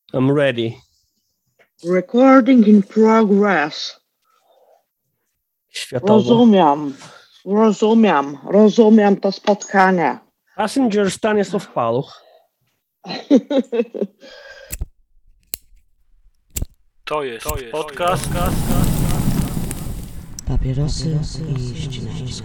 I'm ready. Recording in progress. Światowo. Rozumiem to spotkanie. Passenger Stanisław Paluch. To jest podcast. Papierosy i ścinańsko.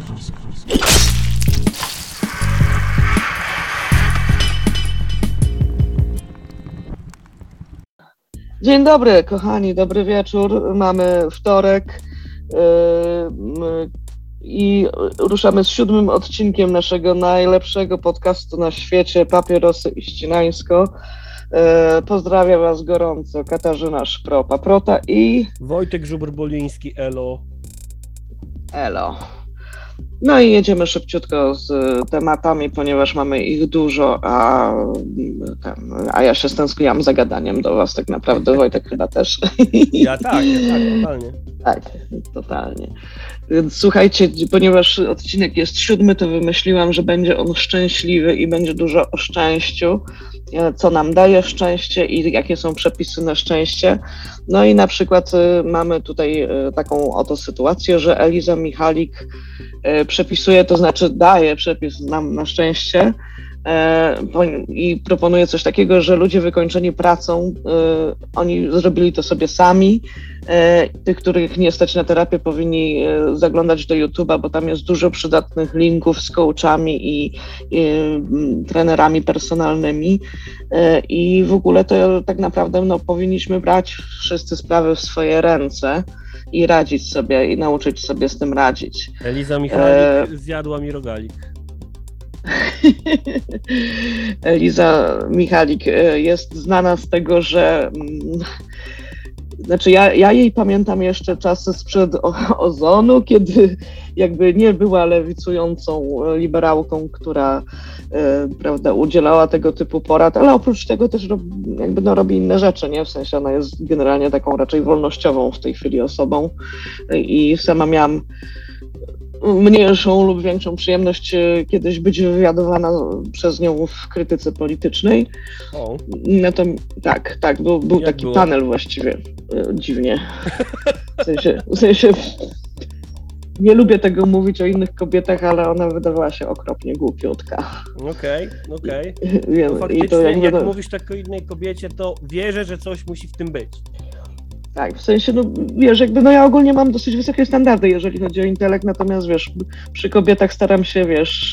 Dzień dobry, kochani, dobry wieczór. Mamy wtorek i ruszamy z 7. odcinkiem naszego najlepszego podcastu na świecie, Papierosy i ścinańsko. Pozdrawiam was gorąco, Katarzyna Szpropa-Prota i Wojtek Żubr-Boliński, elo. Elo. No i jedziemy szybciutko z tematami, ponieważ mamy ich dużo, a ja się stęskniłam za gadaniem do was tak naprawdę, Wojtek chyba też. Ja tak, totalnie. Tak, totalnie. Więc słuchajcie, ponieważ odcinek jest 7, to wymyśliłam, że będzie on szczęśliwy i będzie dużo o szczęściu, co nam daje szczęście i jakie są przepisy na szczęście. No i na przykład mamy tutaj taką oto sytuację, że Eliza Michalik przepisuje, to znaczy daje przepis nam na szczęście i proponuje coś takiego, że ludzie wykończeni pracą, oni zrobili to sobie sami. Tych, których nie stać na terapię, powinni zaglądać do YouTube'a, bo tam jest dużo przydatnych linków z coachami i trenerami personalnymi i w ogóle to tak naprawdę powinniśmy brać wszyscy sprawy w swoje ręce i radzić sobie i nauczyć sobie z tym radzić. Eliza Michalik zjadła mi rogalik. Eliza Michalik jest znana z tego, że znaczy ja jej pamiętam jeszcze czasy sprzed Ozonu, kiedy jakby nie była lewicującą liberałką, która prawda, udzielała tego typu porad, ale oprócz tego też robi inne rzeczy, nie? W sensie ona jest generalnie taką raczej wolnościową w tej chwili osobą i sama miałam mniejszą lub większą przyjemność kiedyś być wywiadowana przez nią w krytyce politycznej. No to tak, był taki było? panel właściwie dziwnie. W sensie nie lubię tego mówić o innych kobietach, ale ona wydawała się okropnie głupiutka. Okej. No, faktycznie, jak mówisz tak o innej kobiecie, to wierzę, że coś musi w tym być. Tak, w sensie, ja ogólnie mam dosyć wysokie standardy, jeżeli chodzi o intelekt, natomiast przy kobietach staram się,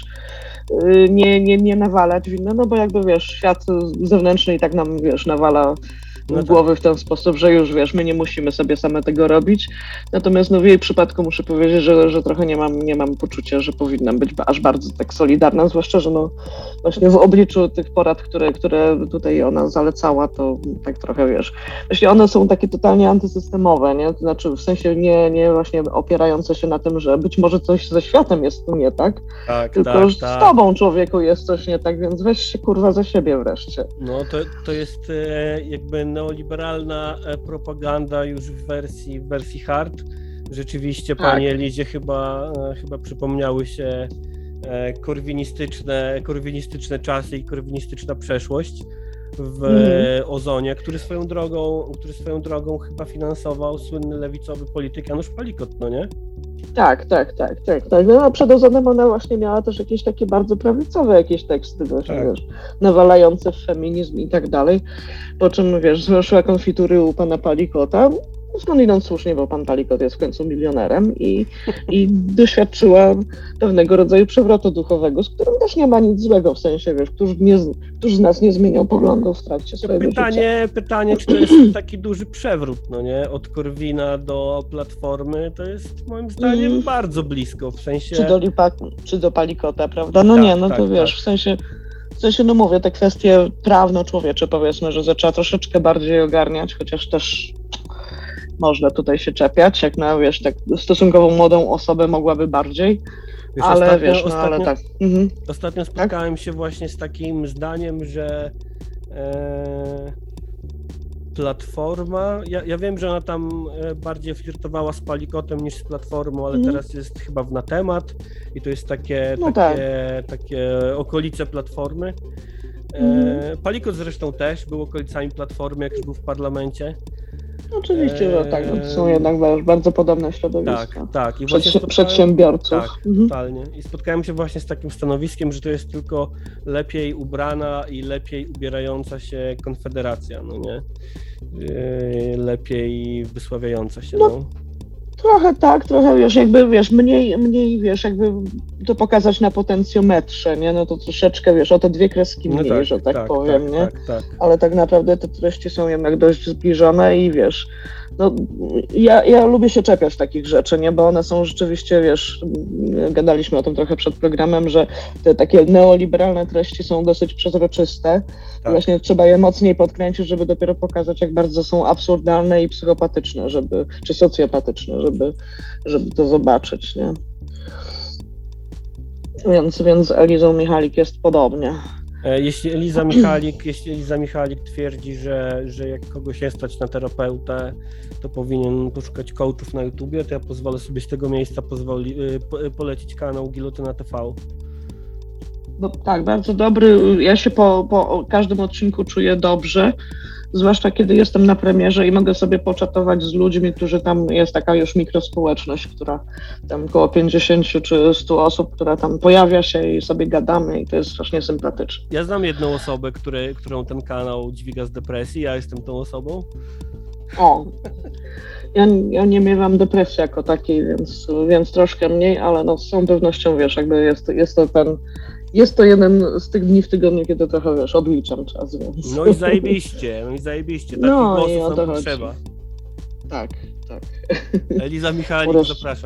nie nawalać winno, no bo świat zewnętrzny i tak nam, nawala głowy w ten sposób, że już, my nie musimy sobie same tego robić. Natomiast w jej przypadku muszę powiedzieć, że trochę nie mam poczucia, że powinnam być aż bardzo tak solidarna, zwłaszcza, że właśnie w obliczu tych porad, które tutaj ona zalecała, to tak trochę, właśnie one są takie totalnie antysystemowe, nie? To znaczy w sensie nie właśnie opierające się na tym, że być może coś ze światem jest tu nie tak, tylko z tobą, człowieku, jest coś nie tak, więc weź się kurwa za siebie wreszcie. No to jest jakby neoliberalna propaganda już w wersji hard. Rzeczywiście tak. Pani Elizie chyba przypomniały się korwinistyczne czasy i korwinistyczna przeszłość w Ozonie, który swoją drogą chyba finansował słynny lewicowy polityk Janusz Palikot, no nie? Tak. No, a przed Ozonem ona właśnie miała też jakieś takie bardzo prawicowe teksty, nawalające w feminizm i tak dalej, po czym, złożyła konfitury u pana Palikota, skądinąd słusznie, bo pan Palikot jest w końcu milionerem i doświadczyła pewnego rodzaju przewrotu duchowego, z którym też nie ma nic złego, w sensie, któż z nas nie zmieniał poglądów w trakcie swojego życia. Pytanie, czy to jest taki duży przewrót, no nie? Od Korwina do Platformy, to jest moim zdaniem bardzo blisko, w sensie... Czy do Palikota, prawda? No tak, nie, no to tak. W sensie, mówię, te kwestie prawno-człowiecze, powiedzmy, że zaczęła troszeczkę bardziej ogarniać, chociaż też można tutaj się czepiać, jak na, tak stosunkowo młodą osobę mogłaby bardziej, ale ale tak. Ostatnio spotkałem się właśnie z takim zdaniem, że Platforma, ja wiem, że ona tam bardziej flirtowała z Palikotem niż z Platformą, ale teraz jest chyba na temat i to jest takie okolice Platformy. Palikot zresztą też był okolicami Platformy, jak już był w parlamencie. Oczywiście, że tak, to są jednak bardzo podobne środowiska. Tak. I przedsiębiorców. Tak, totalnie. I spotkałem się właśnie z takim stanowiskiem, że to jest tylko lepiej ubrana i lepiej ubierająca się Konfederacja, no nie? Lepiej wysławiająca się, no. Trochę tak, trochę mniej jakby to pokazać na potencjometrze, nie? No to troszeczkę, o te 2 kreski mniej, tak, że tak powiem, nie? Tak. Ale tak naprawdę te treści są jednak dość zbliżone i no ja lubię się czepiać takich rzeczy, nie? Bo one są rzeczywiście, gadaliśmy o tym trochę przed programem, że te takie neoliberalne treści są dosyć przezroczyste. Tak. Właśnie trzeba je mocniej podkręcić, żeby dopiero pokazać, jak bardzo są absurdalne i psychopatyczne, czy socjopatyczne, żeby to zobaczyć, nie? Więc Elizą Michalik jest podobnie. Jeśli Eliza Michalik twierdzi, że jak kogoś nie stać na terapeutę, to powinien poszukać coachów na YouTubie, to ja pozwolę sobie z tego miejsca polecić kanał Gilotyna TV. No tak, bardzo dobry. Ja się po każdym odcinku czuję dobrze, zwłaszcza kiedy jestem na premierze i mogę sobie poczatować z ludźmi, którzy tam, jest taka już mikrospołeczność, która tam około 50 czy 100 osób, która tam pojawia się i sobie gadamy i to jest strasznie sympatyczne. Ja znam jedną osobę, którą ten kanał dźwiga z depresji, ja jestem tą osobą. O, ja nie miewam depresji jako takiej, więc troszkę mniej, ale no z całą pewnością, jakby jest to jeden z tych dni w tygodniu, kiedy trochę, odliczam czas, więc... No i zajebiście, takich głosów nam potrzeba. Tak. Eliza Michalik, zapraszam.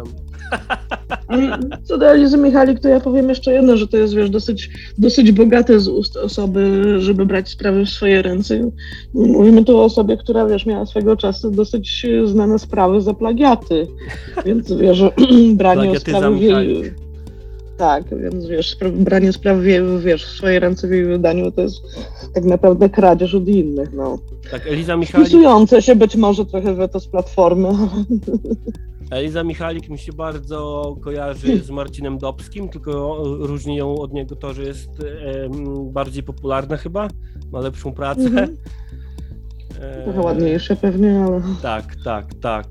Co do Elizy Michalik, to ja powiem jeszcze jedno, że to jest, dosyć bogate z ust osoby, żeby brać sprawy w swoje ręce. Mówimy tu o osobie, która, miała swego czasu dosyć znane sprawy za plagiaty, więc, branie sprawy w jej... Tak, więc branie spraw w swoje ręce w jej wydaniu to jest tak naprawdę kradzież od innych, no. Tak, Eliza Michalik... Wpisujące się być może trochę weto z Platformy. Eliza Michalik mi się bardzo kojarzy z Marcinem Dobskim, tylko różni ją od niego to, że jest bardziej popularna chyba, ma lepszą pracę. Trochę ładniejsze pewnie, ale... Tak.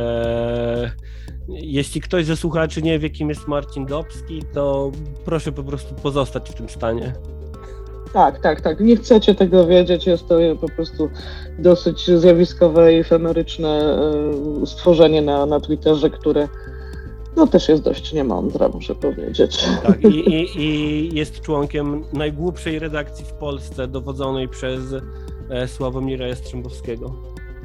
Jeśli ktoś ze słuchaczy nie wie, kim jest Marcin Dobski, to proszę po prostu pozostać w tym stanie. Tak. Nie chcecie tego wiedzieć, jest to po prostu dosyć zjawiskowe i efemeryczne stworzenie na Twitterze, które no też jest dość niemądre, muszę powiedzieć. Tak, i jest członkiem najgłupszej redakcji w Polsce, dowodzonej przez Sławomira Jastrzębowskiego.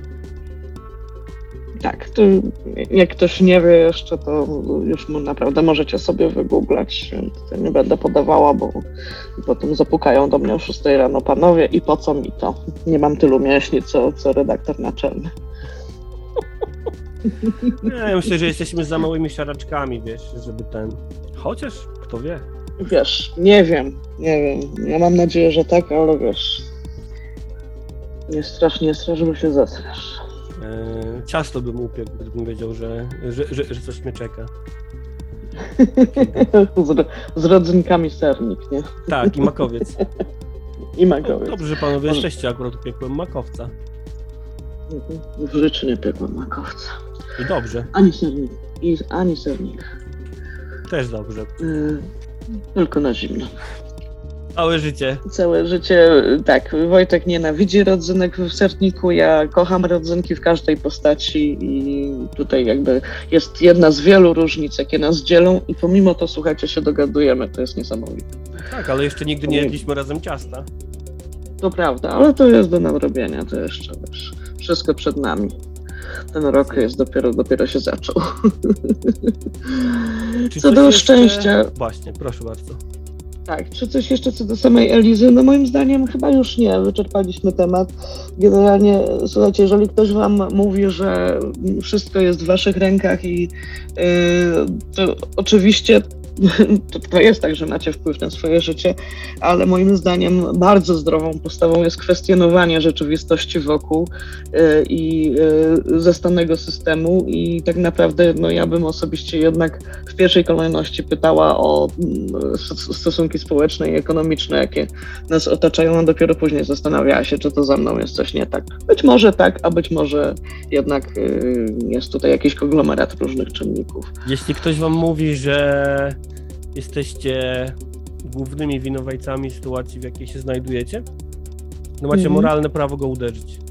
Tak, to jak ktoś nie wie jeszcze, to już naprawdę możecie sobie wygooglać, to nie będę podawała, bo potem zapukają do mnie o 6 rano panowie i po co mi to? Nie mam tylu mięśni, co redaktor naczelny. Ja myślę, że jesteśmy za małymi szaraczkami, żeby chociaż kto wie. Nie wiem. Ja mam nadzieję, że tak, ale nie strasz, bo się zesrasz. Ciasto bym upiekł, gdybym wiedział, że coś mnie czeka. Z rodzynkami sernik, nie? Tak, i makowiec. No, dobrze, że panowie jesteście, akurat upiekłem makowca. W życiu nie piekłem makowca. I dobrze. Ani sernik. Też dobrze. Tylko na zimno. Całe życie, tak. Wojtek nienawidzi rodzynek w serniku, ja kocham rodzynki w każdej postaci i tutaj jakby jest jedna z wielu różnic, jakie nas dzielą i pomimo to, słuchajcie, się dogadujemy, to jest niesamowite. Tak, ale jeszcze nigdy nie jedliśmy razem ciasta. To prawda, ale to jest do nadrobienia, to jeszcze wszystko przed nami. Ten rok jest dopiero się zaczął. Co do szczęścia... Właśnie, proszę bardzo. Tak, czy coś jeszcze co do samej Elizy? No moim zdaniem chyba już nie, wyczerpaliśmy temat. Generalnie, słuchajcie, jeżeli ktoś wam mówi, że wszystko jest w waszych rękach i to oczywiście to jest tak, że macie wpływ na swoje życie, ale moim zdaniem bardzo zdrową postawą jest kwestionowanie rzeczywistości wokół i zastanego systemu i tak naprawdę ja bym osobiście jednak w pierwszej kolejności pytała o stosunki społeczne i ekonomiczne, jakie nas otaczają, a dopiero później zastanawiała się, czy to ze mną jest coś nie tak. Być może tak, a być może jednak jest tutaj jakiś konglomerat różnych czynników. Jeśli ktoś wam mówi, że jesteście głównymi winowajcami sytuacji, w jakiej się znajdujecie, no macie moralne prawo go uderzyć.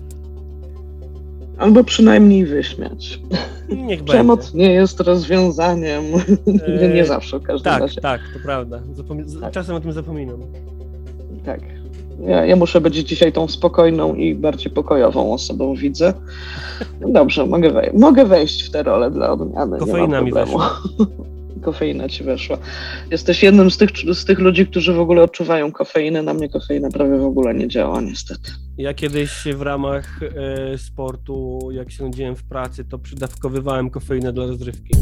Albo przynajmniej wyśmiać. Niech Przemoc będzie. nie jest rozwiązaniem. Nie zawsze w każdym razie. Tak, to prawda. Tak. Czasem o tym zapominam. Tak. Ja muszę być dzisiaj tą spokojną i bardziej pokojową osobą, widzę. No dobrze, mogę wejść w tę rolę dla odmiany. Kofeina mi weszła. Kofeina ci weszła. Jesteś jednym z tych ludzi, którzy w ogóle odczuwają kofeinę. Na mnie kofeina prawie w ogóle nie działa, niestety. Ja kiedyś w ramach sportu, jak się nudziłem w pracy, to przydawkowywałem kofeinę dla rozrywki.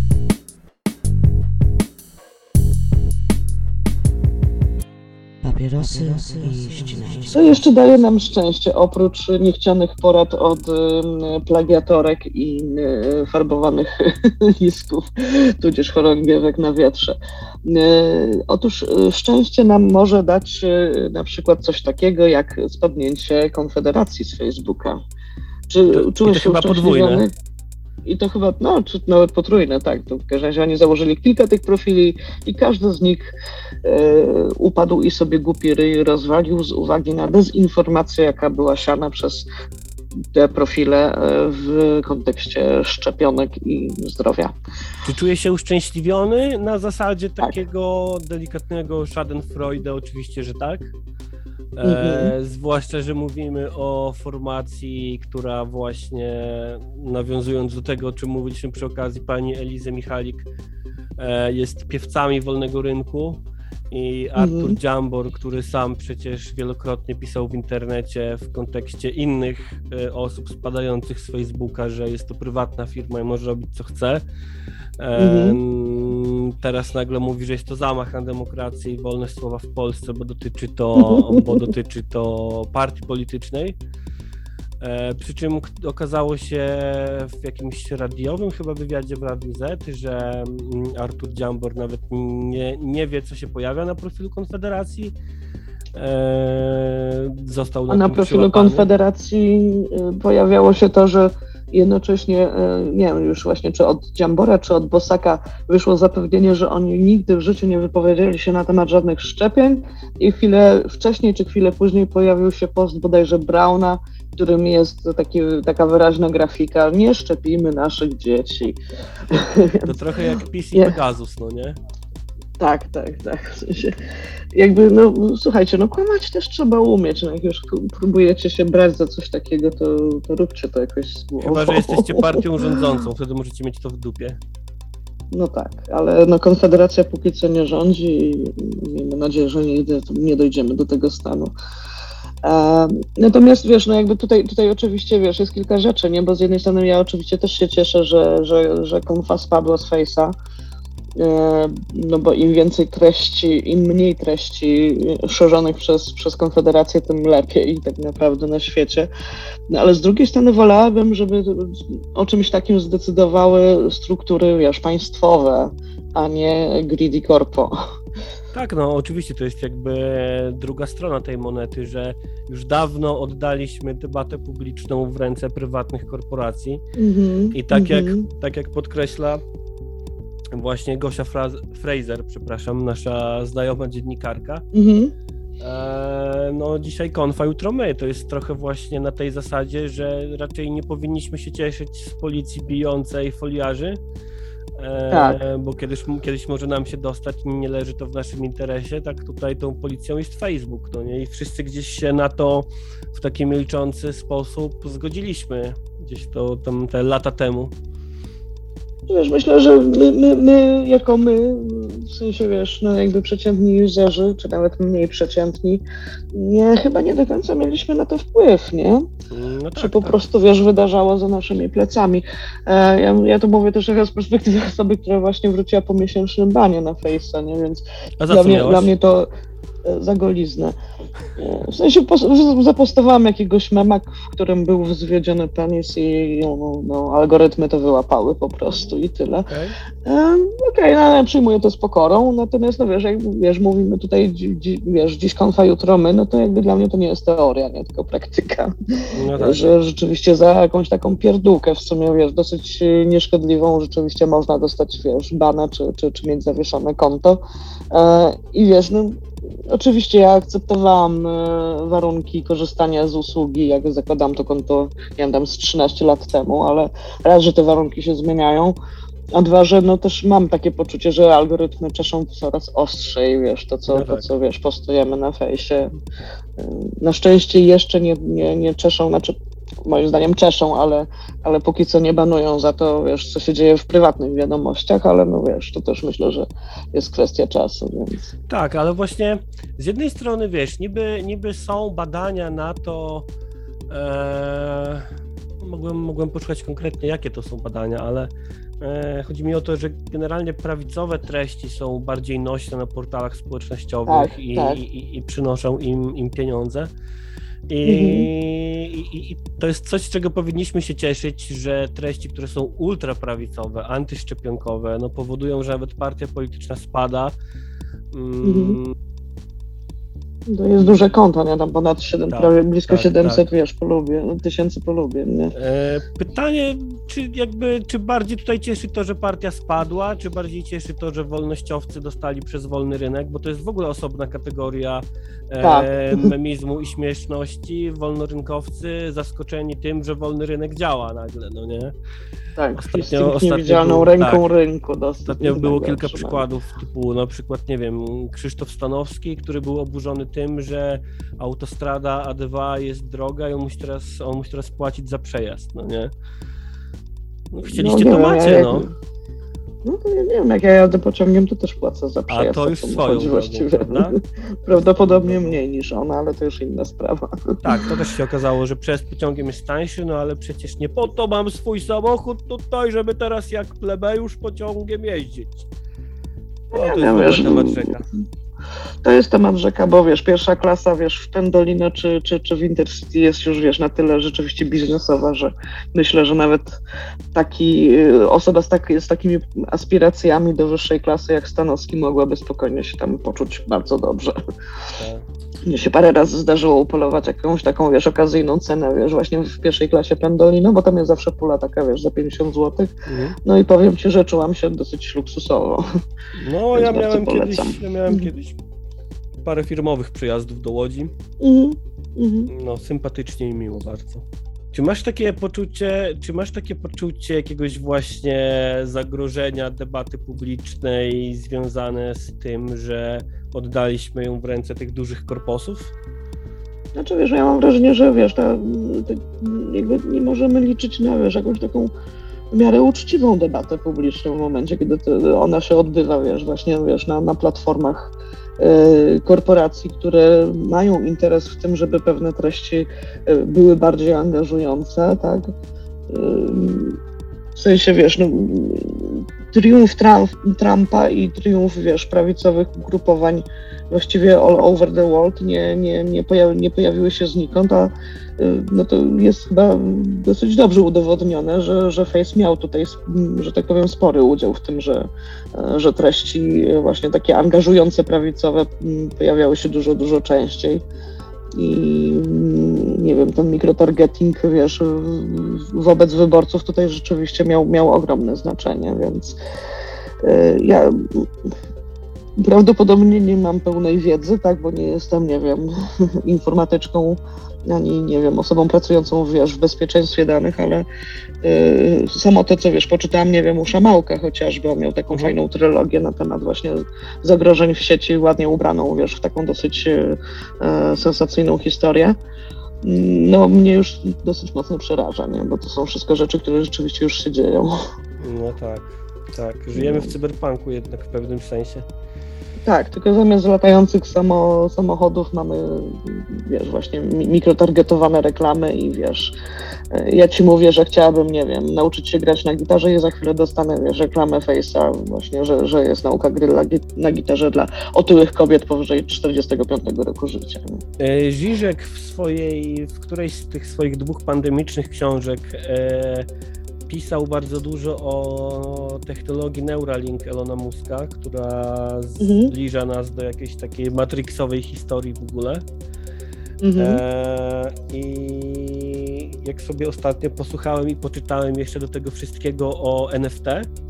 Papierosy i ścinajski. Co jeszcze daje nam szczęście, oprócz niechcianych porad od plagiatorek i farbowanych listków, tudzież chorągiewek na wietrze? Otóż szczęście nam może dać na przykład coś takiego jak spadnięcie Konfederacji z Facebooka. Czy czułeś się chyba podwójne. I to chyba, czy nawet potrójne, tak. To w każdym razie oni założyli kilka tych profili i każdy z nich upadł i sobie głupi ryj rozwalił z uwagi na dezinformację, jaka była siana przez te profile w kontekście szczepionek i zdrowia. Czy czuje się uszczęśliwiony na zasadzie takiego delikatnego schadenfreude? Oczywiście, że tak. Zwłaszcza, że mówimy o formacji, która właśnie, nawiązując do tego, o czym mówiliśmy przy okazji pani Elizy Michalik, jest piewcami wolnego rynku i Artur Dziambor, który sam przecież wielokrotnie pisał w internecie w kontekście innych osób spadających z Facebooka, że jest to prywatna firma i może robić co chce. Teraz nagle mówi, że jest to zamach na demokrację i wolność słowa w Polsce, bo dotyczy to partii politycznej. Przy czym okazało się w jakimś radiowym chyba wywiadzie w Radiu Z, że Artur Dziambor nawet nie wie, co się pojawia na profilu Konfederacji. Został na profilu przyłapany. Konfederacji pojawiało się to, że jednocześnie, nie wiem już właśnie, czy od Dziambora, czy od Bosaka wyszło zapewnienie, że oni nigdy w życiu nie wypowiedzieli się na temat żadnych szczepień i chwilę wcześniej, czy chwilę później pojawił się post bodajże Brauna, w którym jest taka wyraźna grafika: nie szczepimy naszych dzieci. To trochę jak PiS i Pegasus, no nie? Tak. W sensie, słuchajcie, kłamać też trzeba umieć. Jak już próbujecie się brać za coś takiego, to róbcie to jakoś z głową. Chyba że jesteście partią rządzącą, wtedy możecie mieć to w dupie. No tak, ale Konfederacja póki co nie rządzi i miejmy nadzieję, że nigdy nie dojdziemy do tego stanu. Natomiast tutaj oczywiście jest kilka rzeczy, nie? Bo z jednej strony ja oczywiście też się cieszę, że Konfa spadła z Face'a, bo im więcej treści, im mniej treści szerzonych przez Konfederację, tym lepiej tak naprawdę na świecie. Ale z drugiej strony wolałabym, żeby o czymś takim zdecydowały struktury, państwowe, a nie greedy corpo. Tak, oczywiście to jest jakby druga strona tej monety, że już dawno oddaliśmy debatę publiczną w ręce prywatnych korporacji i tak jak podkreśla właśnie Gosia Fraser, nasza znajoma dziennikarka, dzisiaj Konfa, jutro my. To jest trochę właśnie na tej zasadzie, że raczej nie powinniśmy się cieszyć z policji bijącej foliarzy, bo kiedyś może nam się dostać, nie leży to w naszym interesie, tak tutaj tą policją jest Facebook, nie? I wszyscy gdzieś się na to w taki milczący sposób zgodziliśmy, gdzieś to tam te lata temu. Myślę, że my w sensie, wiesz, no jakby przeciętni userzy, czy nawet mniej przeciętni, chyba nie do końca mieliśmy na to wpływ, nie? No tak, czy po prostu, wiesz, wydarzało za naszymi plecami. Ja to mówię też z perspektywy osoby, która właśnie wróciła po miesięcznym banie na Face'a, nie? Więc dla mnie to za goliznę. W sensie zapostowałam jakiegoś mema, w którym był zwiedziony penis i algorytmy to wyłapały po prostu i tyle. Okej, no, przyjmuję to z pokorą, natomiast no wiesz, jak wiesz, mówimy tutaj dziś konfa, jutro my, no to jakby dla mnie to nie jest teoria, nie, tylko praktyka. No tak. Że rzeczywiście za jakąś taką pierdółkę w sumie, wiesz, dosyć nieszkodliwą rzeczywiście można dostać, wiesz, bana czy mieć zawieszone konto. I wiesz, no oczywiście ja akceptowałam warunki korzystania z usługi, jak zakładam to konto, nie wiem, tam z 13 lat temu, ale raz, że te warunki się zmieniają, a dwa, że no też mam takie poczucie, że algorytmy czeszą coraz ostrzej, wiesz, to co wiesz, postujemy na fejsie. Na szczęście jeszcze nie czeszą, znaczy moim zdaniem czeszą, ale póki co nie banują za to, wiesz, co się dzieje w prywatnych wiadomościach, ale no wiesz, to też myślę, że jest kwestia czasu, więc... Tak, ale właśnie z jednej strony, wiesz, niby są badania na to, mogłem poszukać konkretnie, jakie to są badania, ale chodzi mi o to, że generalnie prawicowe treści są bardziej nośne na portalach społecznościowych i przynoszą im pieniądze. I to jest coś, z czego powinniśmy się cieszyć, że treści, które są ultraprawicowe, antyszczepionkowe, no powodują, że nawet partia polityczna spada. To jest duże konto, nie? Tam ponad 7, prawie blisko 700, wiesz, tysięcy polubień, nie? Pytanie, czy bardziej tutaj cieszy to, że partia spadła, czy bardziej cieszy to, że wolnościowcy dostali przez wolny rynek, bo to jest w ogóle osobna kategoria memizmu i śmieszności, wolnorynkowcy zaskoczeni tym, że wolny rynek działa nagle, no nie? Tak, ostatnio niewidzialną ręką rynku. Ostatnio było kilka przykładów typu na przykład, nie wiem, Krzysztof Stanowski, który był oburzony tym, że autostrada A2 jest droga i on musi teraz płacić za przejazd, no nie? No, chcieliście, to macie, no. No to ja nie wiem, jak ja jadę pociągiem, to też płacę za przejazd. A to już swoją właściwie, prawda? Prawdopodobnie mniej niż ona, ale to już inna sprawa. Tak, to też się okazało, że przejazd pociągiem jest tańszy, no ale przecież nie po to mam swój samochód tutaj, żeby teraz jak plebejusz pociągiem jeździć. To jest temat rzeka. To jest temat rzeka, bo wiesz, pierwsza klasa, wiesz, w Pendolino czy w Intercity jest już, wiesz, na tyle rzeczywiście biznesowa, że myślę, że nawet osoba z takimi aspiracjami do wyższej klasy jak Stanowski mogłaby spokojnie się tam poczuć bardzo dobrze. Mnie się parę razy zdarzyło upolować jakąś taką, wiesz, okazyjną cenę, wiesz, właśnie w pierwszej klasie Pendolino, bo tam jest zawsze pula taka, wiesz, za 50 zł. No i powiem ci, że czułam się dosyć luksusowo. No, ja miałem kiedyś parę firmowych przyjazdów do Łodzi. No, sympatycznie i miło bardzo. Czy masz takie poczucie jakiegoś właśnie zagrożenia debaty publicznej związane z tym, że oddaliśmy ją w ręce tych dużych korposów? Znaczy, wiesz, ja mam wrażenie, że wiesz, jakby nie możemy liczyć na, wiesz, jakąś taką w miarę uczciwą debatę publiczną w momencie, kiedy ona się odbywa, wiesz, właśnie, wiesz, na platformach korporacji, które mają interes w tym, żeby pewne treści były bardziej angażujące, tak? W sensie, wiesz, no, triumf Trumpa i triumf, wiesz, prawicowych ugrupowań właściwie all over the world nie pojawiły się znikąd, a no to jest chyba dosyć dobrze udowodnione, że Face miał tutaj, że tak powiem, spory udział w tym, że treści właśnie takie angażujące prawicowe pojawiały się dużo częściej. I nie wiem, ten mikrotargeting, wiesz, wobec wyborców tutaj rzeczywiście miał ogromne znaczenie, więc ja prawdopodobnie nie mam pełnej wiedzy, tak, bo nie jestem, nie wiem, informatyczką, ani, nie wiem, osobą pracującą, wiesz, w bezpieczeństwie danych, ale samo to, co, wiesz, poczytałam, nie wiem, u Szamałka chociażby, on miał taką fajną trylogię na temat właśnie zagrożeń w sieci, ładnie ubraną, wiesz, w taką dosyć sensacyjną historię. No, mnie już dosyć mocno przeraża, nie? Bo to są wszystko rzeczy, które rzeczywiście już się dzieją. No tak. Tak, żyjemy w cyberpunku jednak w pewnym sensie. Tak, tylko zamiast latających samochodów mamy, wiesz, właśnie mikrotargetowane reklamy i wiesz, ja ci mówię, że chciałabym, nie wiem, nauczyć się grać na gitarze i za chwilę dostanę, wiesz, reklamę Face'a właśnie, że jest nauka gry na gitarze dla otyłych kobiet powyżej 45 roku życia. Žižek w którejś z tych swoich 2 pandemicznych książek pisał bardzo dużo o technologii Neuralink Elona Muska, która zbliża nas do jakiejś takiej matrixowej historii w ogóle. I jak sobie ostatnio posłuchałem i poczytałem jeszcze do tego wszystkiego o NFT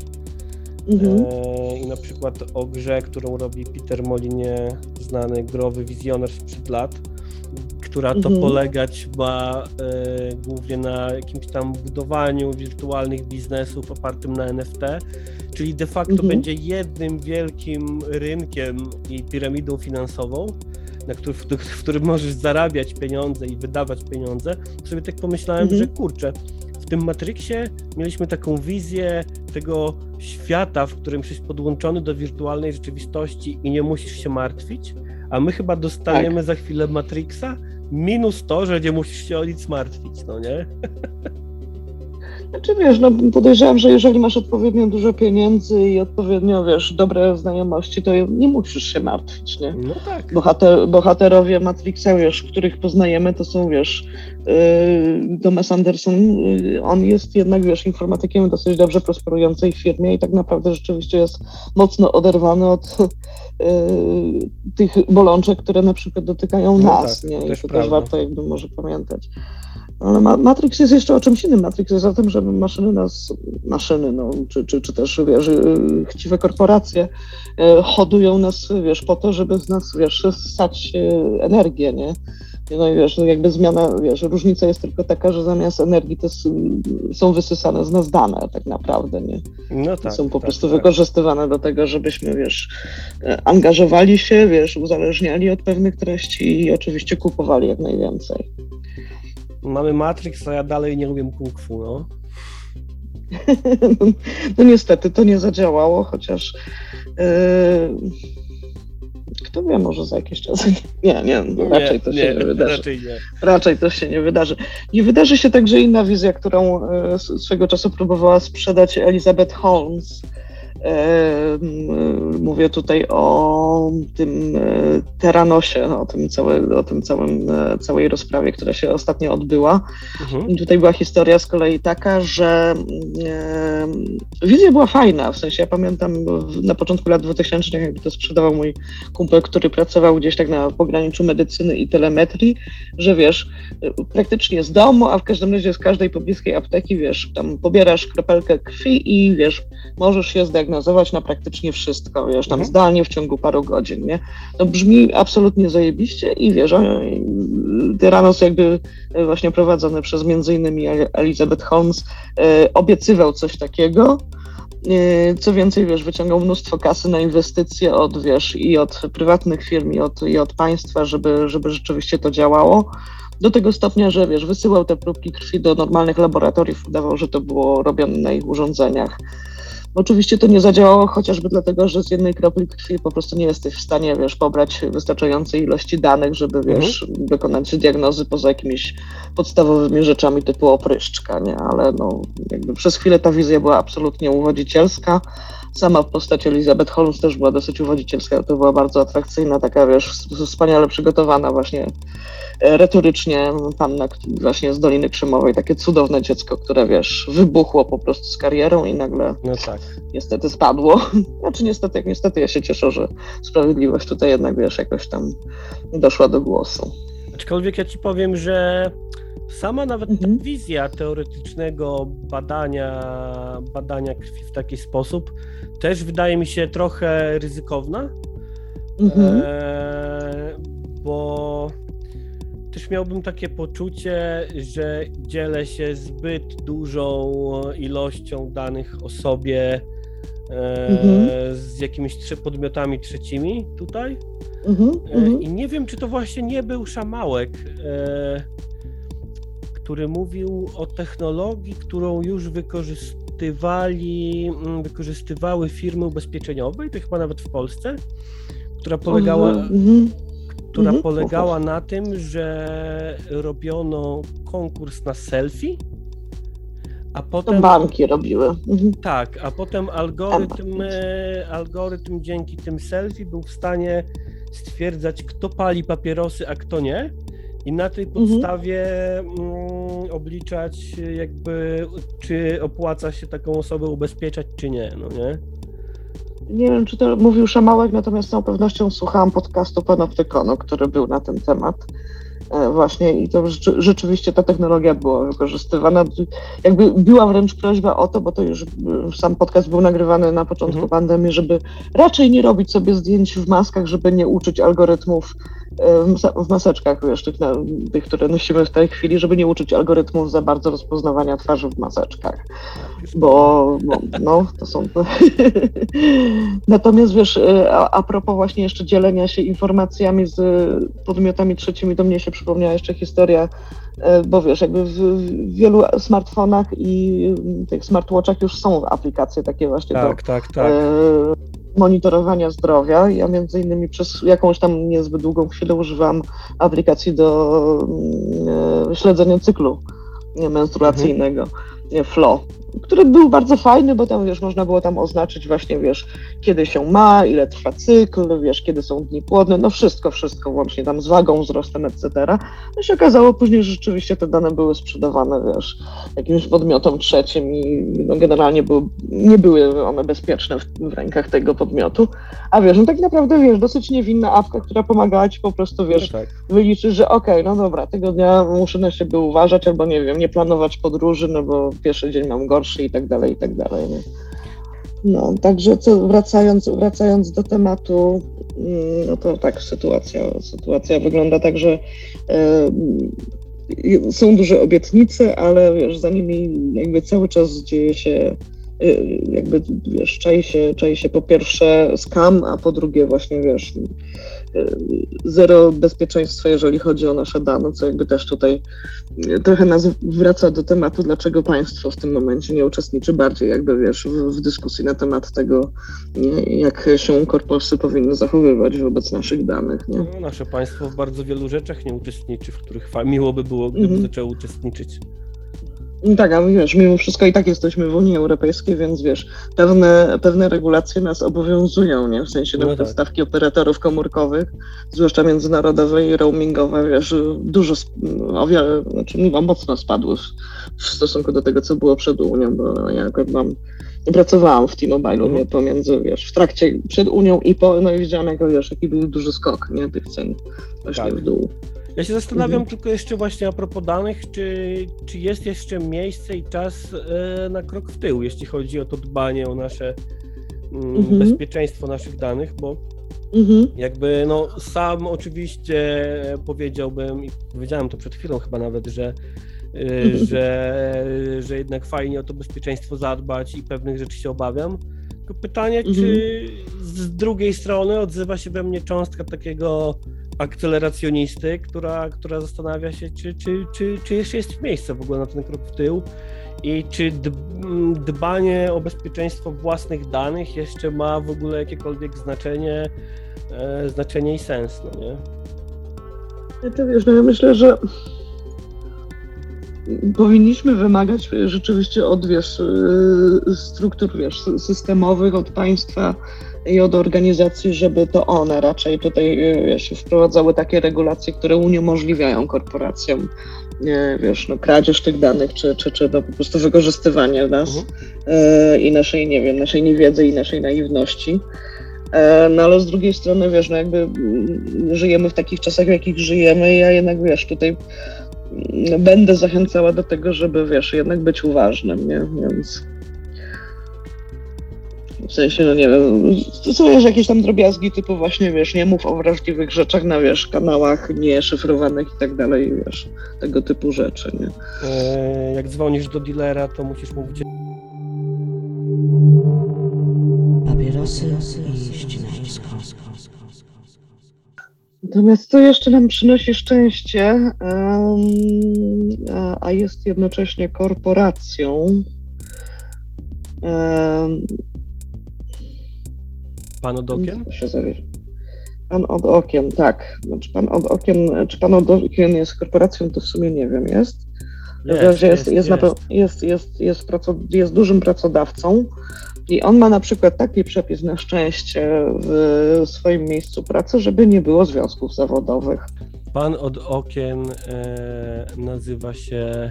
i na przykład o grze, którą robi Peter Molyneux, znany growy wizjoner sprzed lat, która to polegać ma głównie na jakimś tam budowaniu wirtualnych biznesów opartym na NFT, czyli de facto będzie jednym wielkim rynkiem i piramidą finansową, w którym możesz zarabiać pieniądze i wydawać pieniądze. Sobie tak pomyślałem, że kurczę, w tym Matrixie mieliśmy taką wizję tego świata, w którym jesteś podłączony do wirtualnej rzeczywistości i nie musisz się martwić, a my chyba dostaniemy za chwilę Matrixa, minus to, że nie musisz się o nic martwić, no nie? Znaczy wiesz, no podejrzewam, że jeżeli masz odpowiednio dużo pieniędzy i odpowiednio, wiesz, dobre znajomości, to nie musisz się martwić, nie? No tak. Bohaterowie Matrixa, wiesz, których poznajemy, to są, wiesz, Thomas Anderson, on jest jednak, wiesz, informatykiem w dosyć dobrze prosperującej firmie i tak naprawdę rzeczywiście jest mocno oderwany od tych bolączek, które na przykład dotykają nas, tak, nie? I to prawda. też warto jakby może pamiętać. Ale Matrix jest jeszcze o czymś innym. Matrix jest o tym, żeby maszyny, no, czy też, wiesz, chciwe korporacje hodują nas, wiesz, po to, żeby z nas, wiesz, ssać energię, nie? No i wiesz, jakby zmiana, wiesz, różnica jest tylko taka, że zamiast energii to są wysysane z nas dane tak naprawdę, nie? No tak, są po prostu wykorzystywane do tego, żebyśmy, wiesz, angażowali się, wiesz, uzależniali od pewnych treści i oczywiście kupowali jak najwięcej. Mamy Matrix, a ja dalej nie lubię kung fu, no. No niestety to nie zadziałało, chociaż kto wie, może za jakiś czas. Raczej to się nie wydarzy. Raczej to się nie wydarzy. Nie wydarzy się także inna wizja, którą swego czasu próbowała sprzedać Elizabeth Holmes. Mówię tutaj o tym Terranosie, o tym całej rozprawie, która się ostatnio odbyła. I tutaj była historia z kolei taka, że wizja była fajna, w sensie ja pamiętam na początku lat 2000, jakby to sprzedawał mój kumpel, który pracował gdzieś tak na pograniczu medycyny i telemetrii, że wiesz, praktycznie z domu, a w każdym razie z każdej pobliskiej apteki, wiesz, tam pobierasz kropelkę krwi i wiesz, możesz się zdiagnozować na praktycznie wszystko, wiesz, tam zdalnie w ciągu paru godzin, nie? To brzmi absolutnie zajebiście i wiesz, Tyrannos jakby właśnie prowadzony przez między innymi Elizabeth Holmes obiecywał coś takiego, co więcej, wiesz, wyciągał mnóstwo kasy na inwestycje od, wiesz, i od prywatnych firm i od państwa, żeby rzeczywiście to działało. Do tego stopnia, że wiesz, wysyłał te próbki krwi do normalnych laboratoriów, udawał, że to było robione na ich urządzeniach. Oczywiście to nie zadziałało chociażby dlatego, że z jednej kropli krwi po prostu nie jesteś w stanie, wiesz, pobrać wystarczającej ilości danych, żeby, wiesz, dokonać diagnozy poza jakimiś podstawowymi rzeczami typu opryszczka, nie? Ale no, jakby przez chwilę ta wizja była absolutnie uwodzicielska. Sama postać Elizabeth Holmes też była dosyć uwodzicielska, to była bardzo atrakcyjna, taka, wiesz, wspaniale przygotowana właśnie retorycznie panna właśnie z Doliny Krzemowej, takie cudowne dziecko, które, wiesz, wybuchło po prostu z karierą i nagle niestety spadło. Znaczy niestety ja się cieszę, że sprawiedliwość tutaj jednak, wiesz, jakoś tam doszła do głosu. Aczkolwiek ja ci powiem, że sama nawet ta wizja teoretycznego badania krwi w taki sposób też wydaje mi się trochę ryzykowna, bo też miałbym takie poczucie, że dzielę się zbyt dużą ilością danych o sobie z jakimiś podmiotami trzecimi tutaj. I nie wiem, czy to właśnie nie był Szamałek, który mówił o technologii, którą już wykorzystywały firmy ubezpieczeniowe, i to chyba nawet w Polsce, która polegała na tym, że robiono konkurs na selfie, a potem... To banki robiły. Tak, a potem algorytm dzięki tym selfie był w stanie stwierdzać, kto pali papierosy, a kto nie, i na tej podstawie obliczać jakby, czy opłaca się taką osobę ubezpieczać, czy nie, no nie? Nie wiem, czy to mówił Szamałek, natomiast z całą pewnością słuchałam podcastu Panoptykonu, który był na ten temat. Właśnie, i to rzeczywiście ta technologia była wykorzystywana. Jakby była wręcz prośba o to, bo to już sam podcast był nagrywany na początku pandemii, żeby raczej nie robić sobie zdjęć w maskach, żeby nie uczyć algorytmów w maseczkach, wiesz, tych, które nosimy w tej chwili, żeby nie uczyć algorytmów za bardzo rozpoznawania twarzy w maseczkach. Bo to są... Natomiast wiesz, a propos właśnie jeszcze dzielenia się informacjami z podmiotami trzecimi, to mnie się przypomniała jeszcze historia, bo wiesz, jakby w wielu smartfonach i tych smartwatchach już są aplikacje takie właśnie do monitorowania zdrowia. Ja między innymi przez jakąś tam niezbyt długą chwilę używam aplikacji do śledzenia cyklu menstruacyjnego, Flow, który był bardzo fajny, bo tam, wiesz, można było tam oznaczyć właśnie, wiesz, kiedy się ma, ile trwa cykl, wiesz, kiedy są dni płodne, no wszystko łącznie tam z wagą, wzrostem, etc. No się okazało później, że rzeczywiście te dane były sprzedawane, wiesz, jakimś podmiotom trzecim i no, generalnie nie były one bezpieczne w rękach tego podmiotu, a wiesz, no tak naprawdę, wiesz, dosyć niewinna apka, która pomagała ci po prostu, wiesz, wyliczyć, że okej, no dobra, tego dnia muszę na siebie uważać, albo nie wiem, nie planować podróży, no bo pierwszy dzień mam gorszy i tak dalej, nie? No, także wracając do tematu, no to tak, sytuacja wygląda tak, że są duże obietnice, ale wiesz, za nimi jakby cały czas dzieje się, jakby wiesz, czai się po pierwsze scam, a po drugie właśnie, wiesz, zero bezpieczeństwa, jeżeli chodzi o nasze dane, co jakby też tutaj trochę nas wraca do tematu, dlaczego państwo w tym momencie nie uczestniczy bardziej jakby, wiesz, w dyskusji na temat tego, jak się korporaty powinny zachowywać wobec naszych danych, nie? No, nasze państwo w bardzo wielu rzeczach nie uczestniczy, w których miło by było, gdyby zaczęło uczestniczyć. Tak, a wiesz, mimo wszystko i tak jesteśmy w Unii Europejskiej, więc wiesz, pewne regulacje nas obowiązują, nie? W sensie stawki operatorów komórkowych, zwłaszcza międzynarodowe i roamingowe, wiesz, o wiele, mocno spadły w stosunku do tego, co było przed Unią, bo ja pracowałam w T-Mobile'u, pomiędzy, wiesz, w trakcie, przed Unią i po, no i widziałam, jaki był duży skok, nie, tych cen właśnie w dół. Ja się zastanawiam tylko jeszcze właśnie a propos danych, czy jest jeszcze miejsce i czas na krok w tył, jeśli chodzi o to dbanie o nasze bezpieczeństwo naszych danych, bo jakby no sam oczywiście powiedziałbym, i powiedziałem to przed chwilą chyba nawet, że jednak fajnie o to bezpieczeństwo zadbać i pewnych rzeczy się obawiam. Tylko pytanie, czy z drugiej strony odzywa się we mnie cząstka takiego akceleracjonisty, która zastanawia się, czy jeszcze jest miejsce w ogóle na ten krok w tył i czy dbanie o bezpieczeństwo własnych danych jeszcze ma w ogóle jakiekolwiek znaczenie i sens, no nie? To wiesz, no ja myślę, że powinniśmy wymagać rzeczywiście od, wiesz, struktur, wiesz, systemowych, od państwa i od organizacji, żeby to one raczej tutaj, wiesz, wprowadzały takie regulacje, które uniemożliwiają korporacjom, wiesz, no, kradzież tych danych, czy no, po prostu wykorzystywanie nas i naszej, nie wiem, naszej niewiedzy i naszej naiwności. No ale z drugiej strony, wiesz, no jakby żyjemy w takich czasach, w jakich żyjemy, ja jednak, wiesz, tutaj będę zachęcała do tego, żeby, wiesz, jednak być uważnym, nie? Więc w sensie, no nie wiem, to są jakieś tam drobiazgi typu właśnie, wiesz, nie mów o wrażliwych rzeczach na, wiesz, kanałach nieszyfrowanych i tak dalej, wiesz, tego typu rzeczy, nie? Jak dzwonisz do dealera, to musisz mówić... Papierosy i ścinańsko. Natomiast co jeszcze nam przynosi szczęście, a jest jednocześnie korporacją, Pan od okien? Pan od okien, tak. Znaczy czy pan od okien jest korporacją, to w sumie nie wiem, jest? Jest dużym pracodawcą i on ma na przykład taki przepis na szczęście w swoim miejscu pracy, żeby nie było związków zawodowych. Pan od okien nazywa się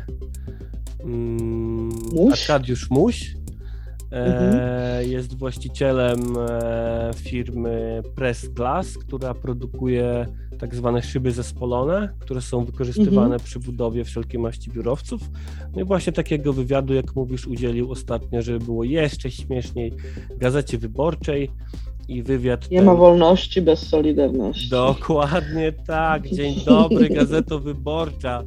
Arkadiusz Muś. Jest właścicielem firmy Press Glass, która produkuje tak zwane szyby zespolone, które są wykorzystywane przy budowie wszelkiej maści biurowców. No i właśnie takiego wywiadu, jak mówisz, udzielił ostatnio, żeby było jeszcze śmieszniej, w Gazecie Wyborczej. I wywiad nie ma wolności bez solidarności. Dokładnie tak. Dzień dobry, Gazeto Wyborcza.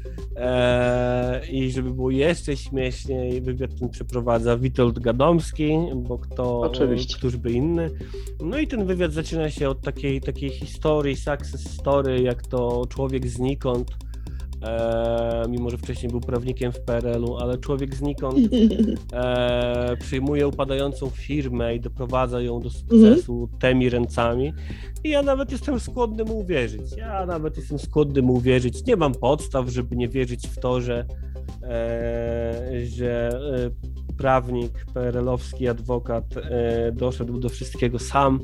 I żeby było jeszcze śmieszniej, wywiad ten przeprowadza Witold Gadomski, bo któż by inny. No i ten wywiad zaczyna się od takiej historii, success story, jak to człowiek znikąd, mimo że wcześniej był prawnikiem w PRL-u, ale człowiek znikąd przyjmuje upadającą firmę i doprowadza ją do sukcesu tymi ręcami. I ja nawet jestem skłonny mu uwierzyć. Nie mam podstaw, żeby nie wierzyć w to, że prawnik, PRL-owski adwokat doszedł do wszystkiego sam.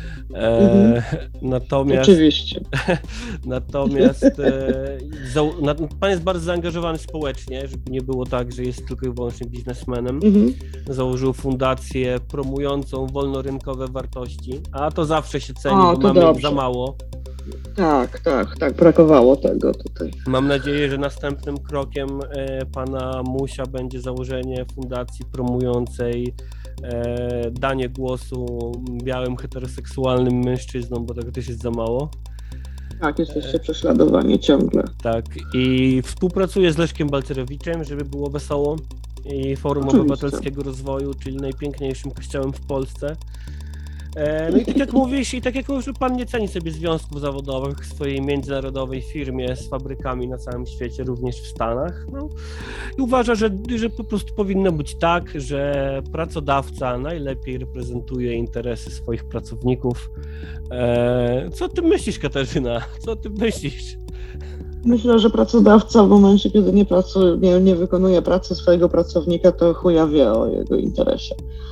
Natomiast oczywiście. Natomiast pan jest bardzo zaangażowany społecznie, żeby nie było tak, że jest tylko i wyłącznie biznesmenem. Założył fundację promującą wolnorynkowe wartości, a to zawsze się ceni, bo mamy ich za mało. Tak, brakowało tego tutaj. Mam nadzieję, że następnym krokiem pana Musia będzie założenie fundacji promującej danie głosu białym, heteroseksualnym mężczyznom, bo tego też jest za mało. Tak, jesteście prześladowani ciągle. Tak, i współpracuję z Leszkiem Balcerowiczem, żeby było wesoło, i Forum Obywatelskiego Rozwoju, czyli najpiękniejszym kościołem w Polsce. No i tak jak mówisz, i tak jak już pan nie ceni sobie związków zawodowych w swojej międzynarodowej firmie z fabrykami na całym świecie, również w Stanach, no, i uważa, że po prostu powinno być tak, że pracodawca najlepiej reprezentuje interesy swoich pracowników. Co o tym myślisz, Katarzyna? Co o tym myślisz? Myślę, że pracodawca w momencie, kiedy nie wykonuje pracy swojego pracownika, to chuja wie o jego interesie.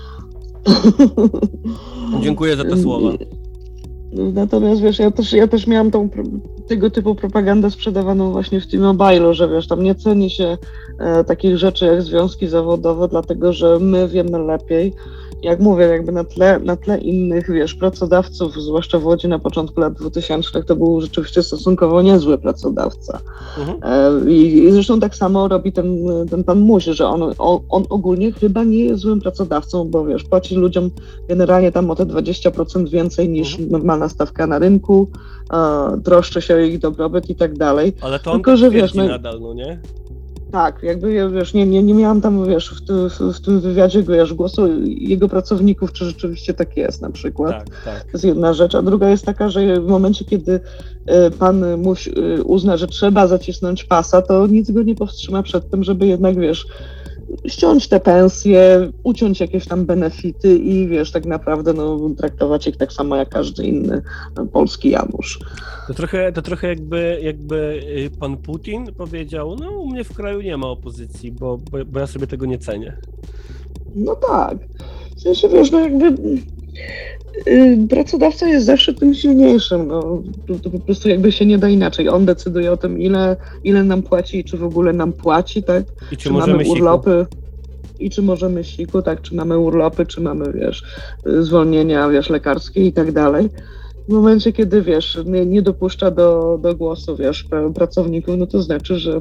Dziękuję za te słowa. Natomiast wiesz, ja też miałam tego typu propagandę sprzedawaną właśnie w T-Mobile'u, że wiesz, tam nie ceni się takich rzeczy jak związki zawodowe, dlatego że my wiemy lepiej. Jak mówię, jakby na tle innych, wiesz, pracodawców, zwłaszcza w Łodzi na początku lat 2000, to był rzeczywiście stosunkowo niezły pracodawca. I zresztą tak samo robi ten pan Muś, że on ogólnie chyba nie jest złym pracodawcą, bo wiesz, płaci ludziom generalnie tam o te 20% więcej niż normalna stawka na rynku, troszczy się o ich dobrobyt i tak dalej. Ale to on tylko, że wiesz, nadal, no nie? Tak, jakby wiesz, nie miałam tam, wiesz, w tym wywiadzie, wiesz, głosu jego pracowników, czy rzeczywiście tak jest na przykład. Tak. To jest jedna rzecz, a druga jest taka, że w momencie, kiedy pan Muś uzna, że trzeba zacisnąć pasa, to nic go nie powstrzyma przed tym, żeby jednak, wiesz, ściąć te pensje, uciąć jakieś tam benefity i wiesz, tak naprawdę traktować ich tak samo jak każdy inny polski Janusz. To trochę jakby pan Putin powiedział, no u mnie w kraju nie ma opozycji, bo ja sobie tego nie cenię. No tak. W sensie, wiesz, jakby pracodawca jest zawsze tym silniejszym, to po prostu jakby się nie da inaczej. On decyduje o tym, ile nam płaci i czy w ogóle nam płaci, tak? I czy mamy urlopy i czy możemy siku, tak? Czy mamy urlopy, czy mamy, wiesz, zwolnienia, wiesz, lekarskie i tak dalej. W momencie, kiedy, wiesz, nie dopuszcza do głosu, wiesz, pracowników, no to znaczy, że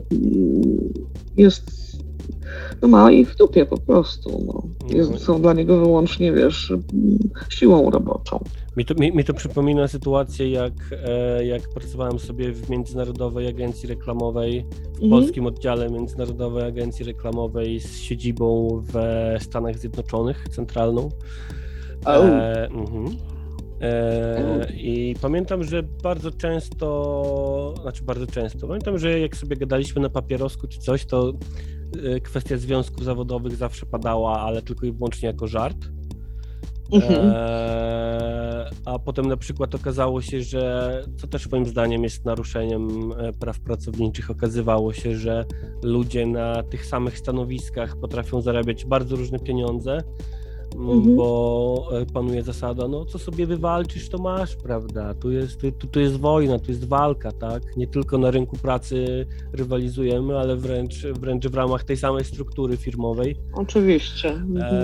ma ich w dupie po prostu, są dla niego wyłącznie, wiesz, siłą roboczą. Mi to przypomina sytuację, jak pracowałem sobie w Międzynarodowej Agencji Reklamowej, w polskim oddziale Międzynarodowej Agencji Reklamowej z siedzibą w Stanach Zjednoczonych, centralną. I pamiętam, że pamiętam, że jak sobie gadaliśmy na papierosku czy coś, to kwestia związków zawodowych zawsze padała, ale tylko i wyłącznie jako żart. A potem na przykład okazało się, że, co też moim zdaniem jest naruszeniem praw pracowniczych, okazywało się, że ludzie na tych samych stanowiskach potrafią zarabiać bardzo różne pieniądze, bo panuje zasada, no co sobie wywalczysz, to masz, prawda, tu jest wojna, tu jest walka, tak, nie tylko na rynku pracy rywalizujemy, ale wręcz w ramach tej samej struktury firmowej. Oczywiście.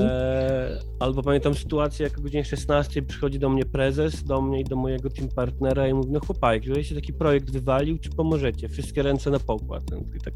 Albo pamiętam sytuację, jak o godzinie 16 przychodzi do mnie prezes, do mnie i do mojego team partnera i mówi, no chłopaki, jeżeli się taki projekt wywalił, czy pomożecie? Wszystkie ręce na pokład. I tak,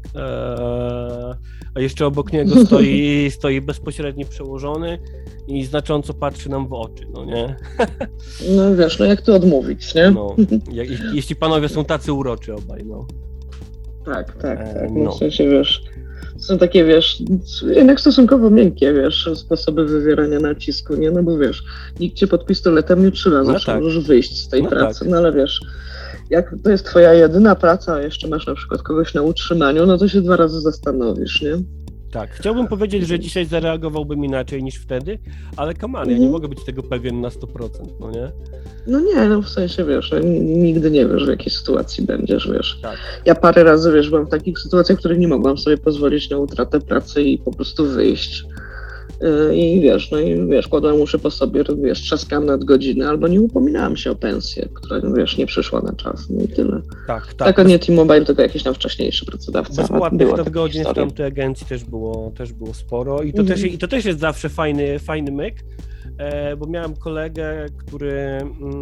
a jeszcze obok niego stoi bezpośredni przełożony i znacząco patrzy nam w oczy, no nie? No wiesz, no jak tu odmówić, nie? No, jeśli panowie są tacy uroczy obaj, no. Tak. No. W sensie, wiesz, są takie, wiesz, jednak stosunkowo miękkie, wiesz, sposoby wywierania nacisku, nie? No bo wiesz, nikt cię pod pistoletem nie trzyma, zawsze możesz wyjść z tej pracy, no ale wiesz, jak to jest twoja jedyna praca, a jeszcze masz na przykład kogoś na utrzymaniu, no to się 2 razy zastanowisz, nie? Tak, chciałbym powiedzieć, że dzisiaj zareagowałbym inaczej niż wtedy, ale come on, ja nie mogę być tego pewien na 100%, no nie? No nie, no w sensie, wiesz, nigdy nie wiesz, w jakiej sytuacji będziesz, wiesz. Tak. Ja parę razy, wiesz, byłam w takich sytuacjach, w których nie mogłam sobie pozwolić na utratę pracy i po prostu wyjść. I wiesz, kładłam uszy po sobie, wiesz, trzaskałam nadgodziny, albo nie upominałam się o pensję, która, wiesz, nie przyszła na czas, no i tyle. Tak, a nie T-Mobile, tylko jakiś tam wcześniejszy pracodawca. Bezpłatnych nadgodzin w tamtej agencji też było sporo i to też jest zawsze fajny myk, bo miałem kolegę, który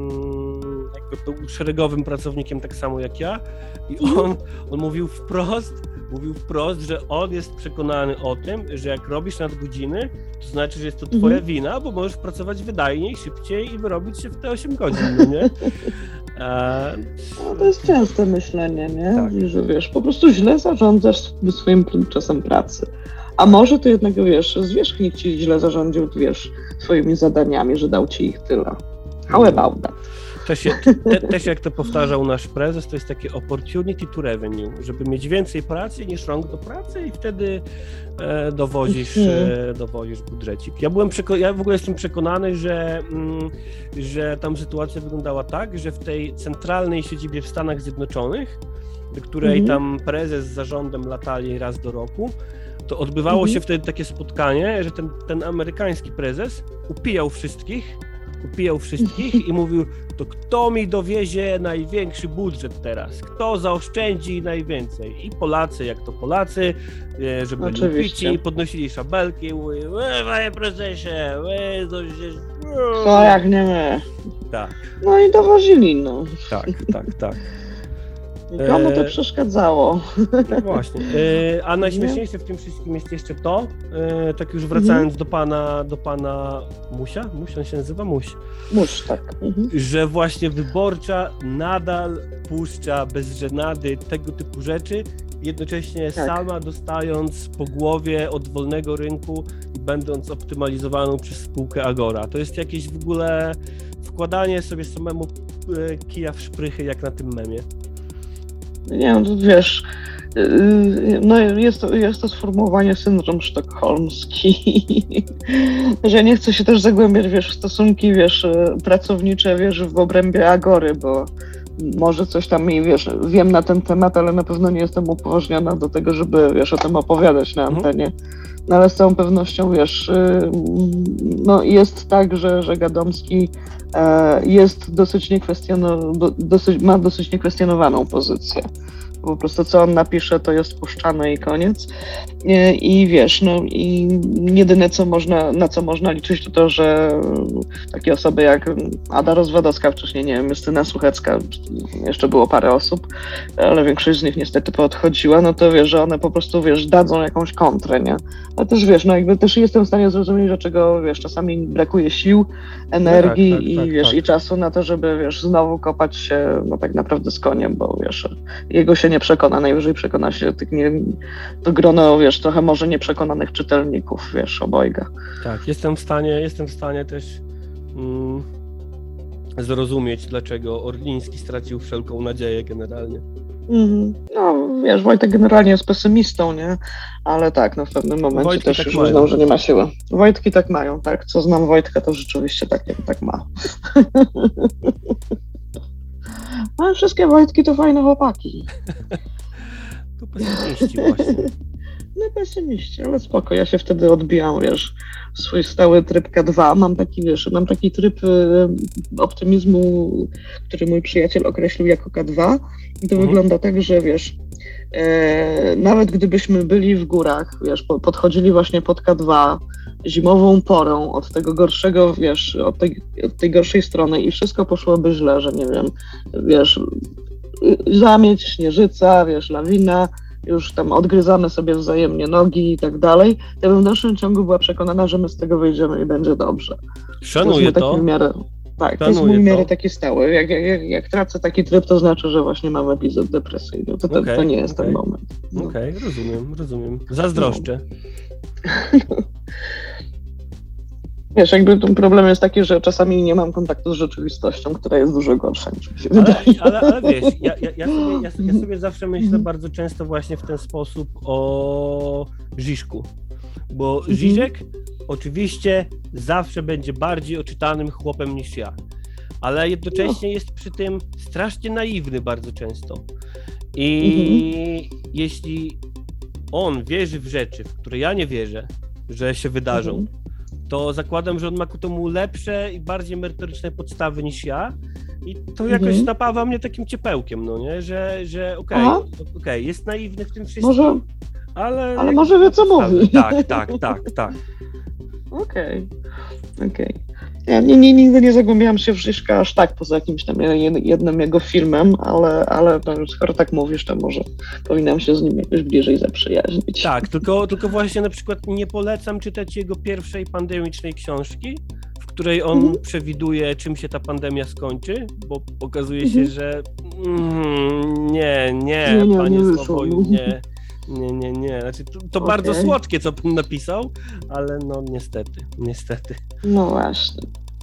jakby był szeregowym pracownikiem tak samo jak ja i on mówił wprost, że on jest przekonany o tym, że jak robisz nadgodziny, to znaczy, że jest to twoja wina, bo możesz pracować wydajniej, szybciej i wyrobić się w te 8 godzin, no nie? No to jest częste myślenie, nie? Tak. Że wiesz, po prostu źle zarządzasz swoim czasem pracy. A może to jednak, wiesz, zwierzchnik ci źle zarządził, wiesz, twoimi zadaniami, że dał ci ich tyle. How about that? Też jak to powtarzał nasz prezes, to jest takie opportunity to revenue, żeby mieć więcej pracy niż rąk do pracy i wtedy dowozisz budżecik. Ja w ogóle jestem przekonany, że tam sytuacja wyglądała tak, że w tej centralnej siedzibie w Stanach Zjednoczonych, do której tam prezes z zarządem latali raz do roku, to odbywało się wtedy takie spotkanie, że ten amerykański prezes upijał wszystkich i mówił, to kto mi dowiezie największy budżet teraz, kto zaoszczędzi najwięcej. I Polacy, jak to Polacy, że byli upici, podnosili szabelki, mówili, panie prezesie, to jak nie my. Tak. No i dowozili, no. Tak. Komu to przeszkadzało? No właśnie. A najśmieszniejsze w tym wszystkim jest jeszcze to, tak już wracając do pana Musia? On się nazywa Muś, tak. Że właśnie Wyborcza nadal puszcza bez żenady tego typu rzeczy, jednocześnie sama dostając po głowie od wolnego rynku i będąc optymalizowaną przez spółkę Agora. To jest jakieś w ogóle wkładanie sobie samemu kija w szprychy, jak na tym memie. Nie, no wiesz, no jest to sformułowanie syndrom sztokholmski, że nie chcę się też zagłębiać, wiesz, w stosunki, wiesz, pracownicze, wiesz, w obrębie Agory, bo może coś tam wiesz, wiem na ten temat, ale na pewno nie jestem upoważniona do tego, żeby, wiesz, o tym opowiadać na antenie. No ale z całą pewnością, wiesz, no jest tak, że Gadomski jest ma dosyć niekwestionowaną pozycję. Po prostu co on napisze, to jest puszczane i koniec. I wiesz, no i jedyne na co można liczyć, to, że takie osoby jak Ada Rozwadowska, wcześniej, nie wiem, Justyna Suchecka, jeszcze było parę osób, ale większość z nich niestety poodchodziła, no to wiesz, że one po prostu, wiesz, dadzą jakąś kontrę, nie? Ale też wiesz, no jakby też jestem w stanie zrozumieć, dlaczego, wiesz, czasami brakuje sił, energii i czasu na to, żeby, wiesz, znowu kopać się, no tak naprawdę z koniem, bo wiesz, jego się nie przekona, najwyżej przekona się to grono, wiesz, trochę może nieprzekonanych czytelników, wiesz, obojga. Tak, jestem w stanie też zrozumieć, dlaczego Orliński stracił wszelką nadzieję generalnie. No, wiesz, Wojtek generalnie jest pesymistą, nie? Ale tak, no w pewnym momencie Wojtki też tak już mają. uznał, że nie ma siły. Wojtki tak mają, tak? Co znam Wojtka, to rzeczywiście tak ma. Ale wszystkie Wojtki to fajne chłopaki. To pesymiści właśnie. No pesymiści, ale spoko, ja się wtedy odbijam, wiesz, w swój stały tryb K2, mam taki tryb optymizmu, który mój przyjaciel określił jako K2 i to wygląda tak, że wiesz, nawet gdybyśmy byli w górach, wiesz, podchodzili właśnie pod K2 zimową porą od tego gorszego, wiesz, od tej gorszej strony i wszystko poszłoby źle, że nie wiem, wiesz, zamieć, śnieżyca, wiesz, lawina, już tam odgryzamy sobie wzajemnie nogi i tak dalej, to bym w dalszym ciągu była przekonana, że my z tego wyjdziemy i będzie dobrze. Szanuję to. Tak, to jest mój w miarę taki stały. Jak tracę taki tryb, to znaczy, że właśnie mam epizod depresyjny. To nie jest ten moment. No. Okej, rozumiem. Zazdroszczę. No. Wiesz, jakby ten problem jest taki, że czasami nie mam kontaktu z rzeczywistością, która jest dużo gorsza niż mi się wydaje. Ale wiesz, ja sobie zawsze myślę bardzo często właśnie w ten sposób o Žižku, bo Žižek oczywiście zawsze będzie bardziej oczytanym chłopem niż ja, ale jednocześnie jest przy tym strasznie naiwny bardzo często. I jeśli on wierzy w rzeczy, w które ja nie wierzę, że się wydarzą, to zakładam, że on ma ku temu lepsze i bardziej merytoryczne podstawy niż ja i to jakoś napawa mnie takim ciepełkiem, no nie, że okej, jest naiwny w tym wszystkim, ale może wie, co mówi. Tak. Okej. Ja nigdy nie zagłębiałam się w Žižka aż tak, poza jakimś tam jednym jego filmem, ale skoro tak mówisz, to może powinnam się z nim jakoś bliżej zaprzyjaźnić. Tak, tylko właśnie na przykład nie polecam czytać jego pierwszej pandemicznej książki, w której on przewiduje, czym się ta pandemia skończy, bo okazuje się, że nie, panie Sławoju, nie. Znaczy, to bardzo słodkie, co pan napisał, ale no niestety. No właśnie.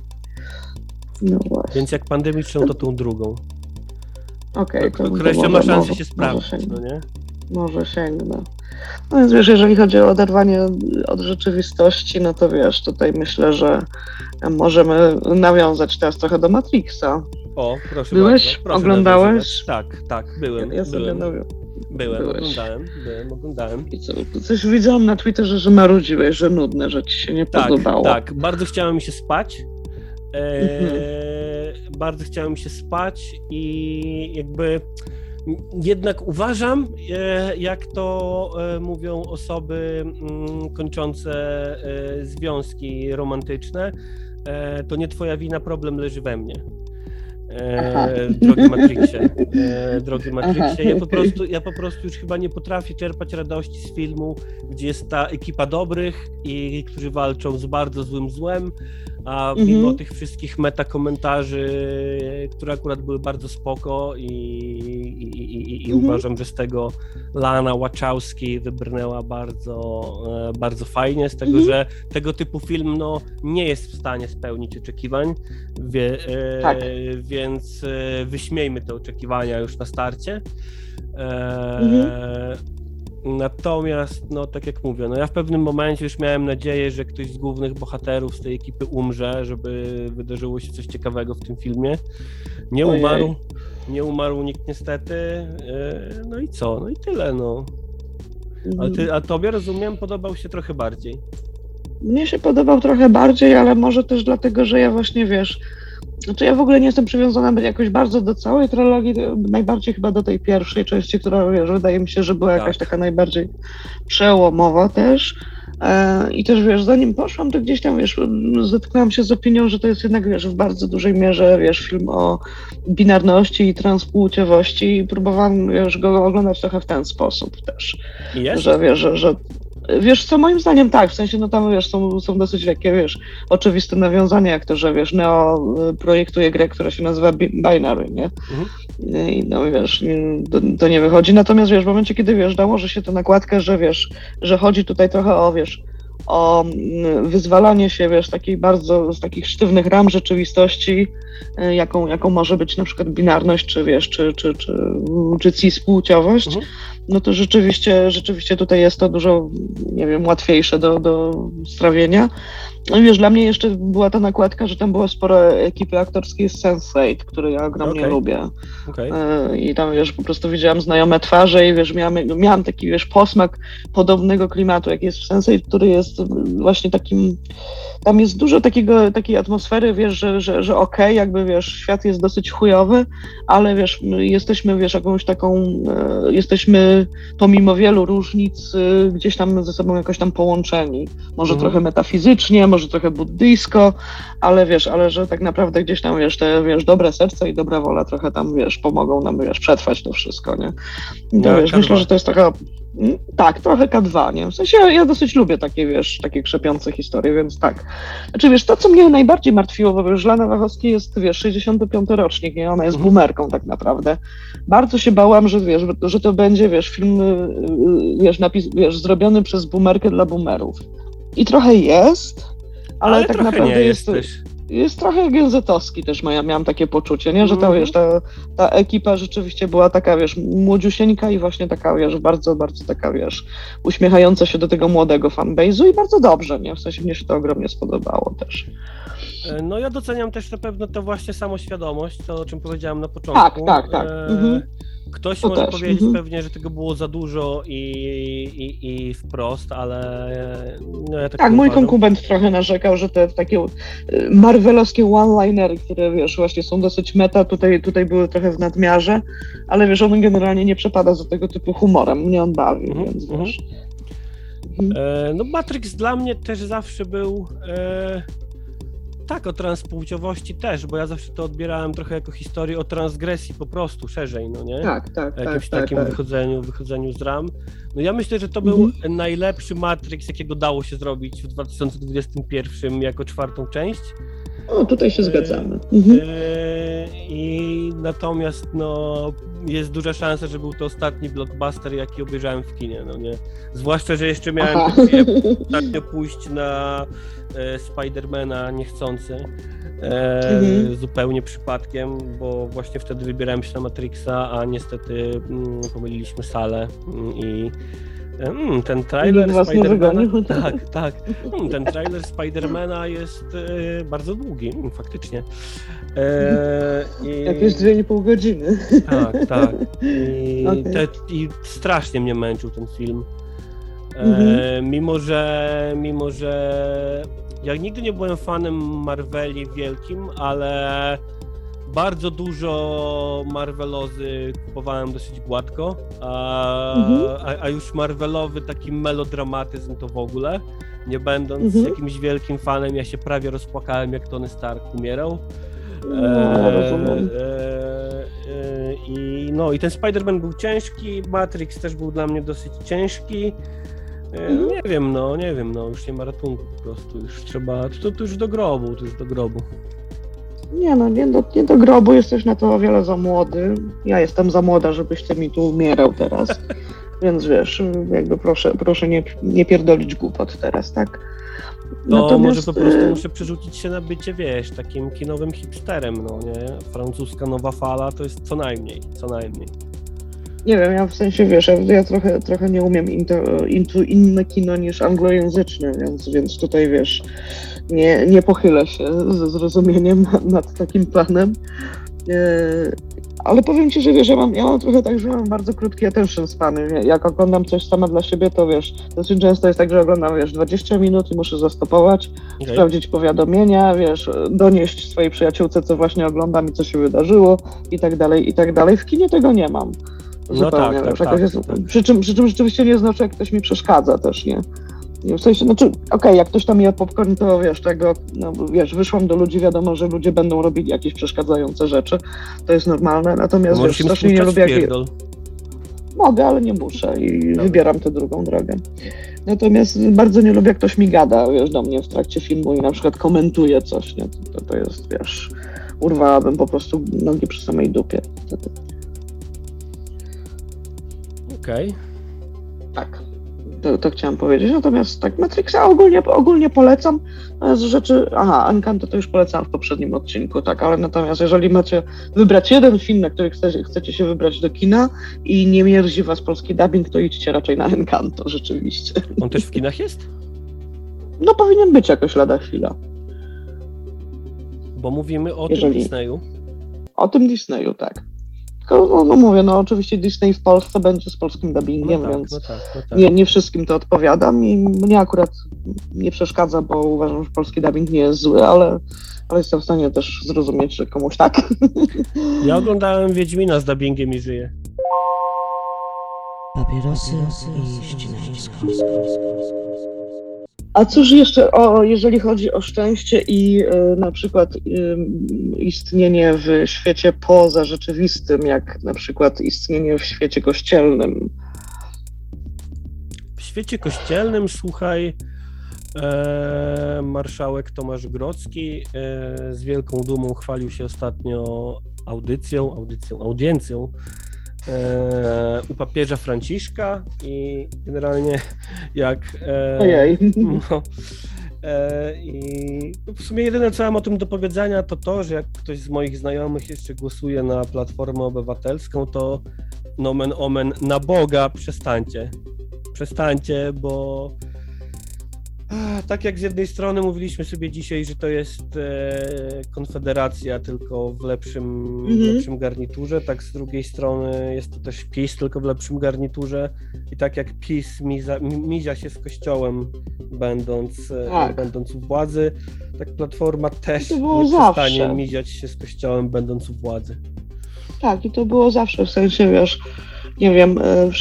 Więc jak pandemiczną, to tą drugą. Okej. Która jeszcze ma szansę się sprawdzić, no nie? Może sięgnę. No więc wiesz, jeżeli chodzi o oderwanie od rzeczywistości, no to wiesz, tutaj myślę, że możemy nawiązać teraz trochę do Matrixa. O, proszę Byłeś? bardzo. Proszę Oglądałeś? Tak, byłem. Ja sobie Byłem, oglądałem. I co, coś widziałam na Twitterze, że marudziłeś, że nudne, że ci się nie podobało. Tak, bardzo chciałem mi się spać. Bardzo chciałem mi się spać i jakby jednak uważam, jak to mówią osoby kończące związki romantyczne, to nie twoja wina, problem leży we mnie. Drogi Matrixie, ja po prostu już chyba nie potrafię czerpać radości z filmu, gdzie jest ta ekipa dobrych i którzy walczą z bardzo złym złem, a mimo tych wszystkich metakomentarzy, które akurat były bardzo spoko i uważam, że z tego Lana Wachowski wybrnęła bardzo fajnie, z tego, że tego typu film nie jest w stanie spełnić oczekiwań, więc wyśmiejmy te oczekiwania już na starcie. Natomiast, tak jak mówię, ja w pewnym momencie już miałem nadzieję, że ktoś z głównych bohaterów z tej ekipy umrze, żeby wydarzyło się coś ciekawego w tym filmie. Nie umarł nikt niestety, no i co? No i tyle, A tobie, rozumiem, podobał się trochę bardziej? Mnie się podobał trochę bardziej, ale może też dlatego, że ja właśnie, wiesz, ja w ogóle nie jestem przywiązana jakoś bardzo do całej trylogii, najbardziej chyba do tej pierwszej części, która, wiesz, wydaje mi się, że była jakaś taka najbardziej przełomowa też. I też, wiesz, zanim poszłam, to gdzieś tam, wiesz, zetknęłam się z opinią, że to jest jednak, wiesz, w bardzo dużej mierze, wiesz, film o binarności i transpłciowości i próbowałam, wiesz, go oglądać trochę w ten sposób też. Że, wiesz, że wiesz co, moim zdaniem tak, w sensie, tam, wiesz, są dosyć takie, wiesz, oczywiste nawiązania, jak to, że, wiesz, Neo projektuje grę, która się nazywa Binary, nie? I wiesz, to nie wychodzi, natomiast, wiesz, w momencie, kiedy, wiesz, nałoży się tę nakładkę, że, wiesz, że chodzi tutaj trochę o, wiesz, o wyzwalanie się, wiesz, takiej bardzo z takich sztywnych ram rzeczywistości, jaką może być na przykład binarność, czy wiesz, czy cispłciowość, no to rzeczywiście tutaj jest to dużo, nie wiem, łatwiejsze do strawienia. No i wiesz, dla mnie jeszcze była ta nakładka, że tam było sporo ekipy aktorskiej z Sense8, której ja ogromnie lubię. I tam, wiesz, po prostu widziałam znajome twarze i wiesz, miałam taki, wiesz, posmak podobnego klimatu, jak jest w Sense8, który jest właśnie takim, tam jest dużo takiej atmosfery, wiesz, że okej, jakby, wiesz, świat jest dosyć chujowy, ale wiesz, jesteśmy, wiesz, jakąś taką, jesteśmy pomimo wielu różnic gdzieś tam ze sobą jakoś tam połączeni. Może trochę metafizycznie, może trochę buddyjsko, ale wiesz, że tak naprawdę gdzieś tam, wiesz, te, wiesz, dobre serce i dobra wola trochę tam, wiesz, pomogą nam, wiesz, przetrwać to wszystko, nie? I to, wiesz, myślę, że to jest trochę, tak, trochę K2, nie? W sensie ja dosyć lubię takie, wiesz, takie krzepiące historie, więc tak. Znaczy, wiesz, to, co mnie najbardziej martwiło, bo wiesz, Lana Wachowski jest, wiesz, 65. rocznik, nie? Ona jest boomerką tak naprawdę. Bardzo się bałam, że, wiesz, że to będzie, wiesz, film, wiesz, zrobiony przez boomerkę dla boomerów. I trochę jest, ale tak naprawdę jest trochę genzetowski też, miałam takie poczucie, nie? Że ta, wiesz, ta ekipa rzeczywiście była taka, wiesz, młodziusieńka i właśnie taka, wiesz, bardzo, bardzo taka, wiesz, uśmiechająca się do tego młodego fanbase'u i bardzo dobrze, nie? W sensie mnie się to ogromnie spodobało też. No ja doceniam też na pewno to właśnie samoświadomość, to o czym powiedziałem na początku. Tak. Ktoś to może powiedzieć pewnie, że tego było za dużo i wprost, ale no ja tak mój konkubent trochę narzekał, że te takie marvelowskie one-linery, które, wiesz, właśnie są dosyć meta, tutaj były trochę w nadmiarze, ale wiesz, on generalnie nie przepada za tego typu humorem, mnie on bawi, więc wiesz. No Matrix dla mnie też zawsze był tak, o transpłciowości też, bo ja zawsze to odbierałem trochę jako historię o transgresji po prostu, szerzej, no nie? Tak. Jakimś takim wychodzeniu z ram. No ja myślę, że to był najlepszy Matrix, jakiego dało się zrobić w 2021 jako czwartą część. O, tutaj się zgadzamy. I natomiast no, jest duża szansa, że był to ostatni blockbuster, jaki obejrzałem w kinie, no nie? Zwłaszcza, że jeszcze miałem ostatnio pójść na Spidermana niechcący, zupełnie przypadkiem, bo właśnie wtedy wybierałem się na Matrixa, a niestety pomyliliśmy salę i ten trailer Spidermana, tak. Ten trailer Spidermana jest bardzo długi, faktycznie. Jakieś 2,5 godziny. Tak. I strasznie mnie męczył ten film. Mimo że ja nigdy nie byłem fanem Marveli wielkim, ale bardzo dużo Marvelozy kupowałem dosyć gładko, a już Marvelowy taki melodramatyzm to w ogóle, nie będąc jakimś wielkim fanem, ja się prawie rozpłakałem, jak Tony Stark umierał. I ten Spider-Man był ciężki, Matrix też był dla mnie dosyć ciężki. Nie wiem, już nie ma ratunku po prostu, już trzeba, to już do grobu. Nie do grobu, jesteś na to o wiele za młody. Ja jestem za młoda, żebyś ty mi tu umierał teraz. Więc wiesz, jakby proszę nie pierdolić głupot teraz, tak? Może po prostu muszę przerzucić się na bycie, wiesz, takim kinowym hipsterem, no nie? Francuska nowa fala to jest co najmniej. Nie wiem, ja w sensie, wiesz, ja trochę nie umiem inne kino niż anglojęzyczne, więc tutaj, wiesz, nie pochylę się ze zrozumieniem nad takim planem. Ale powiem ci, że wiesz, ja mam trochę tak, że mam bardzo krótki attention span. Jak oglądam coś sama dla siebie, to wiesz, dosyć często jest tak, że oglądam, wiesz, 20 minut i muszę zastopować, sprawdzić powiadomienia, wiesz, donieść swojej przyjaciółce, co właśnie oglądam i co się wydarzyło i tak dalej. W kinie tego nie mam. Zupełnie, tak. Przy czym rzeczywiście nie znaczy, jak ktoś mi przeszkadza też, nie? W sensie, jak ktoś tam je popcorn, to wiesz, wyszłam do ludzi, wiadomo, że ludzie będą robili jakieś przeszkadzające rzeczy, to jest normalne, natomiast wiesz, strasznie nie lubię Mogę, ale nie muszę i wybieram tę drugą drogę. Natomiast bardzo nie lubię, jak ktoś mi gada, wiesz, do mnie w trakcie filmu i na przykład komentuje coś, nie? To jest, wiesz, urwałabym po prostu nogi przy samej dupie wtedy. Okej. Tak. To chciałam powiedzieć. Natomiast tak, Matrixa ogólnie polecam. Z rzeczy... Encanto to już polecałam w poprzednim odcinku, tak, ale natomiast jeżeli macie wybrać jeden film, na który chcecie się wybrać do kina i nie mierzi was polski dubbing, to idźcie raczej na Encanto, rzeczywiście. On też w kinach jest? No powinien być jakoś lada chwila. Bo mówimy o tym Disneyu. O tym Disneyu, tak. Tylko, mówię, oczywiście Disney w Polsce będzie z polskim dubbingiem, więc nie wszystkim to odpowiadam i mnie akurat nie przeszkadza, bo uważam, że polski dubbing nie jest zły, ale jestem w stanie też zrozumieć, że komuś tak. Ja oglądałem Wiedźmina z dubbingiem i żyję. Papierosy i ścinańsko. A cóż jeszcze, jeżeli chodzi o szczęście i na przykład istnienie w świecie poza rzeczywistym, jak na przykład istnienie w świecie kościelnym? W świecie kościelnym, słuchaj, marszałek Tomasz Grodzki z wielką dumą chwalił się ostatnio audiencją u papieża Franciszka i generalnie jak i w sumie jedyne co mam o tym do powiedzenia to, że jak ktoś z moich znajomych jeszcze głosuje na Platformę Obywatelską, to nomen omen na Boga przestańcie, bo tak jak z jednej strony mówiliśmy sobie dzisiaj, że to jest Konfederacja tylko w lepszym garniturze, tak z drugiej strony jest to też PiS tylko w lepszym garniturze i tak jak PiS mizia się z Kościołem będąc u władzy, tak Platforma też nie przestanie miziać się z Kościołem będąc u władzy. Tak, i to było zawsze, w sensie, wiesz, nie wiem,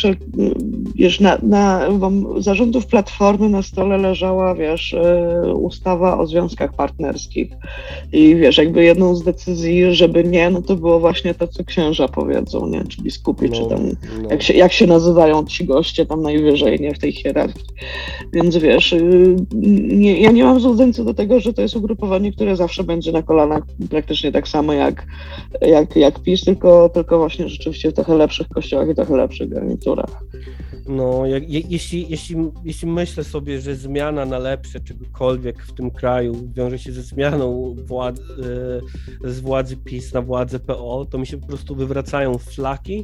zarządów Platformy na stole leżała, wiesz, ustawa o związkach partnerskich i wiesz, jakby jedną z decyzji, żeby nie, to było właśnie to, co księża powiedzą, nie, czy biskupi, czy tam, jak się nazywają ci goście tam najwyżej, nie, w tej hierarchii, więc wiesz, ja nie mam złudzeń co do tego, że to jest ugrupowanie, które zawsze będzie na kolanach praktycznie tak samo jak PiS, tylko właśnie rzeczywiście w trochę lepszych kościołach i trochę lepszych garniturach. No, jeśli myślę sobie, że zmiana na lepsze czegokolwiek w tym kraju wiąże się ze zmianą z władzy PiS na władzę PO, to mi się po prostu wywracają flaki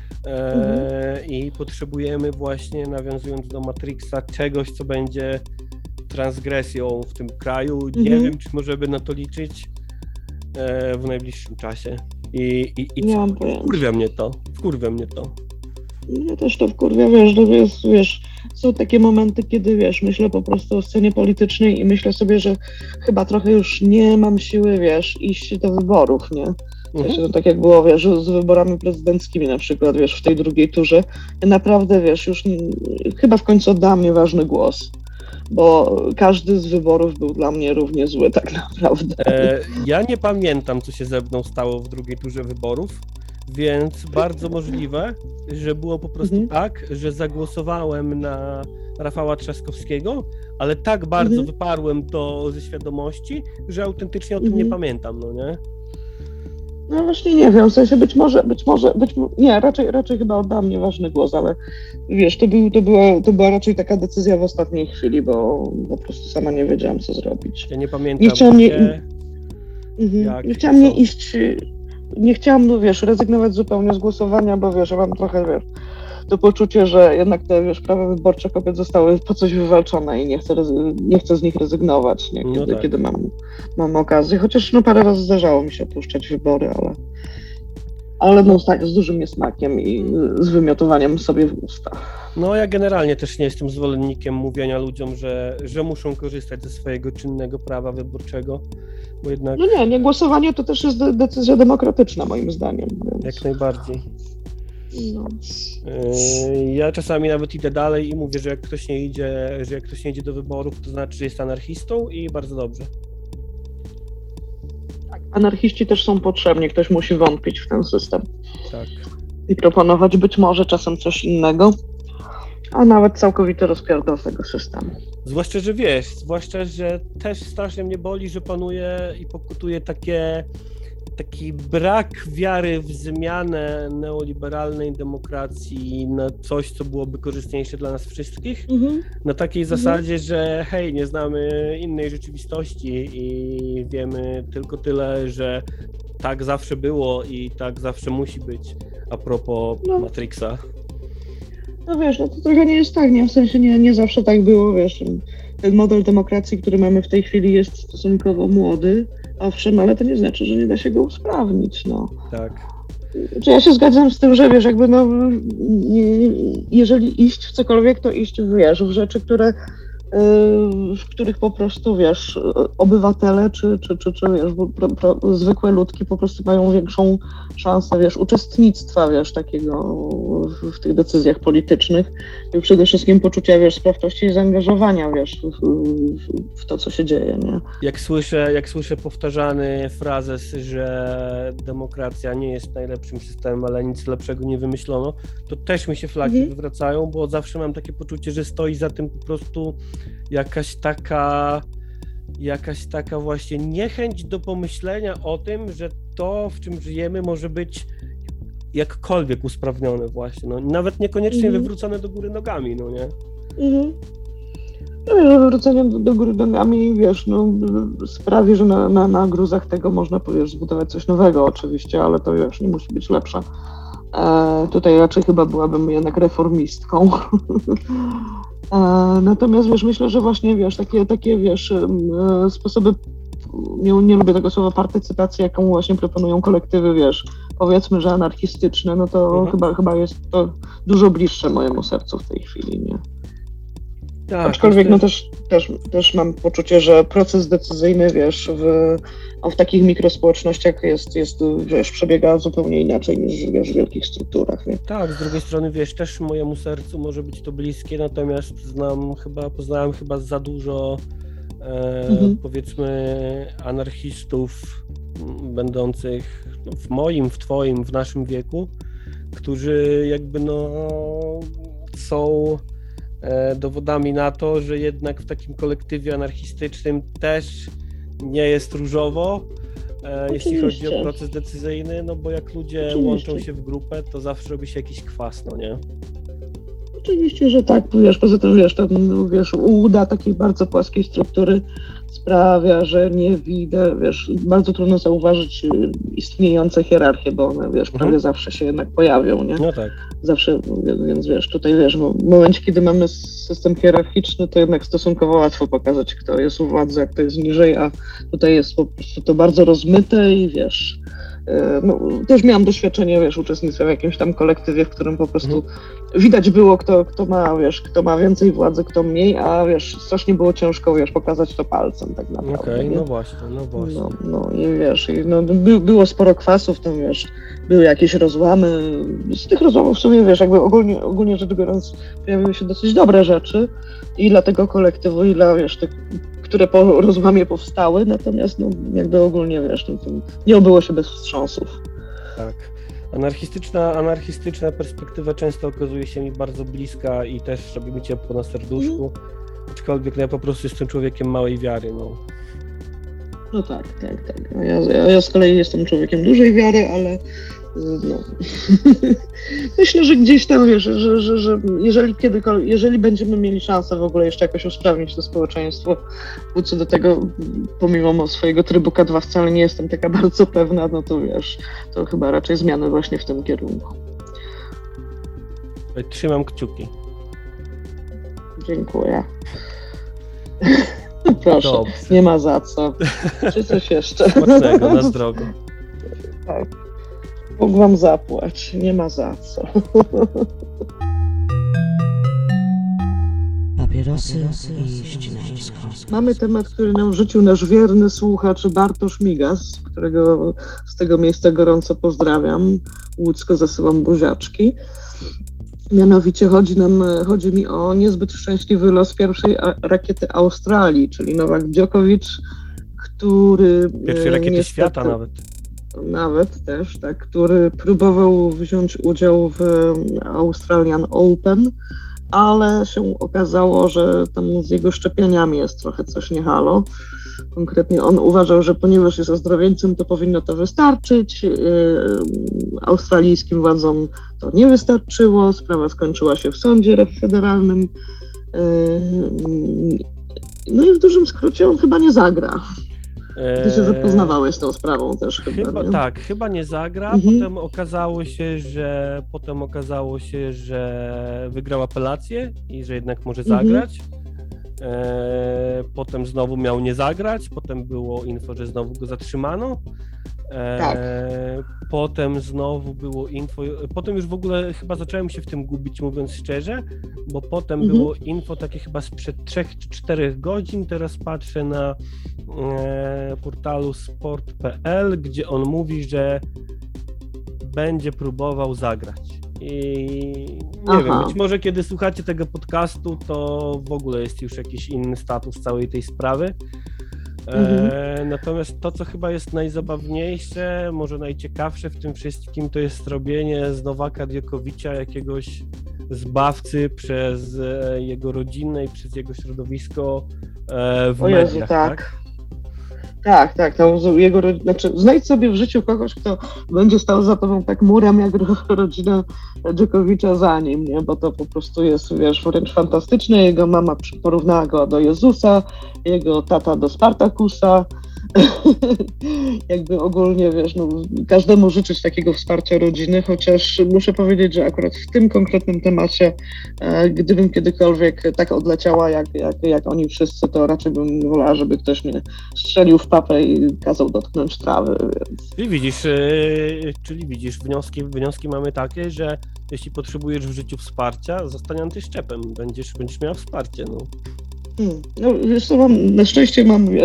i potrzebujemy właśnie, nawiązując do Matrixa, czegoś, co będzie transgresją w tym kraju. Nie wiem, czy możemy na to liczyć w najbliższym czasie. Wkurwia mnie to. Ja też to wkurwia, wiesz, są takie momenty, kiedy, wiesz, myślę po prostu o scenie politycznej i myślę sobie, że chyba trochę już nie mam siły, wiesz, iść do wyborów, nie? W sensie, to tak jak było, wiesz, z wyborami prezydenckimi na przykład, wiesz, w tej drugiej turze. Ja naprawdę, wiesz, już chyba w końcu oddałam nieważny głos, bo każdy z wyborów był dla mnie równie zły tak naprawdę. Ja nie pamiętam, co się ze mną stało w drugiej turze wyborów, więc bardzo możliwe, że było po prostu tak, że zagłosowałem na Rafała Trzaskowskiego, ale tak bardzo wyparłem to ze świadomości, że autentycznie o tym nie pamiętam, no nie? No właśnie nie wiem, w sensie być może, nie, raczej chyba oddam nieważny głos, ale wiesz, to była raczej taka decyzja w ostatniej chwili, bo po prostu sama nie wiedziałam, co zrobić. Ja nie pamiętam, nie chciałam, no wiesz, rezygnować zupełnie z głosowania, bo wiesz, ja mam trochę, wiesz, to poczucie, że jednak te, wiesz, prawa wyborcze kobiet zostały po coś wywalczone i nie chcę z nich rezygnować, nie? Kiedy mam okazję, chociaż parę razy zdarzało mi się opuszczać wybory, ale no tak, z dużym niesmakiem i z wymiotowaniem sobie w usta. No ja generalnie też nie jestem zwolennikiem mówienia ludziom, że muszą korzystać ze swojego czynnego prawa wyborczego, bo jednak... No nie, głosowanie to też jest decyzja demokratyczna moim zdaniem. Więc... Jak najbardziej. No. Ja czasami nawet idę dalej i mówię, że jak ktoś nie idzie do wyborów, to znaczy, że jest anarchistą i bardzo dobrze. Tak, anarchiści też są potrzebni, ktoś musi wątpić w ten system. Tak. I proponować być może czasem coś innego, a nawet całkowity rozpierdol tego systemu. Zwłaszcza, że też strasznie mnie boli, że panuje i pokutuje takie taki brak wiary w zmianę neoliberalnej demokracji na coś, co byłoby korzystniejsze dla nas wszystkich, na takiej zasadzie, że hej, nie znamy innej rzeczywistości i wiemy tylko tyle, że tak zawsze było i tak zawsze musi być, a propos Matrixa. No wiesz, no to trochę nie jest tak, nie? W sensie nie zawsze tak było, wiesz, ten model demokracji, który mamy w tej chwili jest stosunkowo młody, owszem, ale to nie znaczy, że nie da się go usprawnić, no. Tak. Czy ja się zgadzam z tym, że wiesz, jakby jeżeli iść w cokolwiek, to iść w rzeczy, w których po prostu, wiesz, obywatele czy wiesz, zwykłe ludki po prostu mają większą szansę, wiesz, uczestnictwa, wiesz, takiego w tych decyzjach politycznych i przede wszystkim poczucia, wiesz, sprawczości i zaangażowania, wiesz, w to, co się dzieje, nie? Jak słyszę powtarzany frazes, że demokracja nie jest najlepszym systemem, ale nic lepszego nie wymyślono, to też mi się flagi wywracają, bo zawsze mam takie poczucie, że stoi za tym po prostu jakaś taka właśnie niechęć do pomyślenia o tym, że to, w czym żyjemy, może być jakkolwiek usprawnione właśnie, no nawet niekoniecznie wywrócone do góry nogami, no nie? Wywrócenie do góry nogami, wiesz, no sprawi, że na gruzach tego można, wiesz, zbudować coś nowego oczywiście, ale to, wiesz, nie musi być lepsze. Tutaj raczej chyba byłabym jednak reformistką. Natomiast, wiesz, myślę, że właśnie, wiesz, takie wiesz, sposoby, nie lubię tego słowa partycypacji, jaką właśnie proponują kolektywy, wiesz, powiedzmy, że anarchistyczne, no to chyba jest to dużo bliższe mojemu sercu w tej chwili, nie? Tak, aczkolwiek no też mam poczucie, że proces decyzyjny, wiesz, w takich mikrospołecznościach jest, wiesz, przebiega zupełnie inaczej niż, wiesz, w wielkich strukturach, nie? Tak, z drugiej strony, wiesz, też mojemu sercu może być to bliskie, natomiast poznałem chyba za dużo powiedzmy anarchistów będących w moim, w twoim, w naszym wieku, którzy jakby są dowodami na to, że jednak w takim kolektywie anarchistycznym też nie jest różowo, jeśli chodzi o proces decyzyjny, no bo jak ludzie łączą się w grupę, to zawsze robi się jakiś kwas, no nie? Oczywiście, że tak, wiesz, poza tym, wiesz, ułuda takiej bardzo płaskiej struktury sprawia, że nie widać, wiesz, bardzo trudno zauważyć istniejące hierarchie, bo one, wiesz, prawie zawsze się jednak pojawią, nie? No tak. Zawsze, więc wiesz, tutaj, wiesz, w momencie, kiedy mamy system hierarchiczny, to jednak stosunkowo łatwo pokazać, kto jest u władzy, a kto jest niżej, a tutaj jest po prostu to bardzo rozmyte i wiesz, no, też miałam doświadczenie, wiesz, uczestnictwa w jakimś tam kolektywie, w którym po prostu widać było, kto ma więcej władzy, kto mniej, a wiesz, strasznie było ciężko, wiesz, pokazać to palcem tak naprawdę. Okej, no właśnie. No i wiesz, było sporo kwasów, tam wiesz, były jakieś rozłamy, z tych rozłamów w sumie, wiesz, jakby ogólnie rzecz biorąc pojawiły się dosyć dobre rzeczy i dla tego kolektywu, i dla, wiesz, tych, które po rozłamie powstały, natomiast no jakby ogólnie, wiesz, to nie obyło się bez wstrząsów. Tak. Anarchistyczna perspektywa często okazuje się mi bardzo bliska i też robi mi ciepło na serduszku, aczkolwiek no ja po prostu jestem człowiekiem małej wiary, no. No tak. No ja z kolei jestem człowiekiem dużej wiary, ale no. Myślę, że gdzieś tam, wiesz, że jeżeli będziemy mieli szansę w ogóle jeszcze jakoś usprawnić to społeczeństwo, bo co do tego, pomimo swojego trybu K2 wcale nie jestem taka bardzo pewna, no to wiesz, to chyba raczej zmiany właśnie w tym kierunku. Trzymam kciuki. Dziękuję. Proszę, dobrze. Nie ma za co. Czy coś jeszcze? Smacznego, na zdrowo. Tak. Bóg wam zapłać, nie ma za co. Papierosy i ścinańsko. Mamy temat, który nam rzucił nasz wierny słuchacz Bartosz Migas, którego z tego miejsca gorąco pozdrawiam. Łódzko zasyłam buziaczki. Mianowicie chodzi mi o niezbyt szczęśliwy los pierwszej rakiety Australii, czyli Nowak Djokovic, który... Pierwszej rakiety świata nawet. Nawet też, tak, który próbował wziąć udział w Australian Open ale się okazało, że tam z jego szczepieniami jest trochę coś nie halo. Konkretnie on uważał, że ponieważ jest ozdrowieńcem, to powinno to wystarczyć. Australijskim władzom to nie wystarczyło. Sprawa skończyła się w sądzie federalnym. No i w dużym skrócie on chyba nie zagra. Ty się zapoznawałeś z tą sprawą też chyba, nie? Tak, chyba nie zagra. Potem okazało się, że wygrał apelację i że jednak może zagrać. Potem znowu miał nie zagrać, potem było info, że znowu go zatrzymano. Tak. Potem znowu było info, potem już w ogóle chyba zacząłem się w tym gubić, mówiąc szczerze, bo potem było info takie chyba sprzed 3 czy 4 godzin, teraz patrzę na portalu sport.pl, gdzie on mówi, że będzie próbował zagrać. I nie wiem, być może kiedy słuchacie tego podcastu, to w ogóle jest już jakiś inny status całej tej sprawy. Natomiast to, co chyba jest najzabawniejsze, może najciekawsze w tym wszystkim, to jest robienie z Nowaka Djokovicza jakiegoś zbawcy przez jego rodzinę i przez jego środowisko w mediach. Jezu, tak? Tak. Znaczy, znajdź sobie w życiu kogoś, kto będzie stał za tobą tak murem, jak rodzina Djokovicza za nim, nie? Bo to po prostu jest, wiesz, wręcz fantastyczne. Jego mama porównała go do Jezusa, jego tata do Spartakusa. Jakby ogólnie, wiesz, no, każdemu życzyć takiego wsparcia rodziny, chociaż muszę powiedzieć, że akurat w tym konkretnym temacie, gdybym kiedykolwiek tak odleciała, jak oni wszyscy, to raczej bym wolała, żeby ktoś mnie strzelił w papę i kazał dotknąć trawy, więc... Czyli widzisz, wnioski mamy takie, że jeśli potrzebujesz w życiu wsparcia, zostań antyszczepem, będziesz miał wsparcie, no. No wiesz co, na szczęście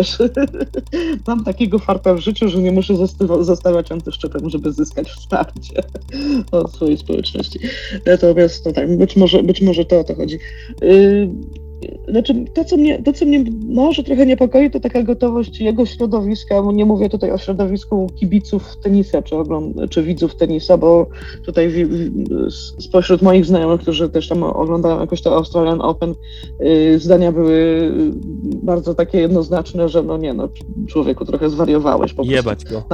mam takiego farta w życiu, że nie muszę zostawać antyszczepem, żeby zyskać wsparcie od swojej społeczności. Natomiast no tak, być może to o to chodzi. Znaczy, to, co mnie może trochę niepokoi, to taka gotowość jego środowiska, bo nie mówię tutaj o środowisku kibiców tenisa, czy widzów tenisa, bo tutaj spośród moich znajomych, którzy też tam oglądają jakoś to Australian Open, zdania były bardzo takie jednoznaczne, że człowieku, trochę zwariowałeś. Po jebać go.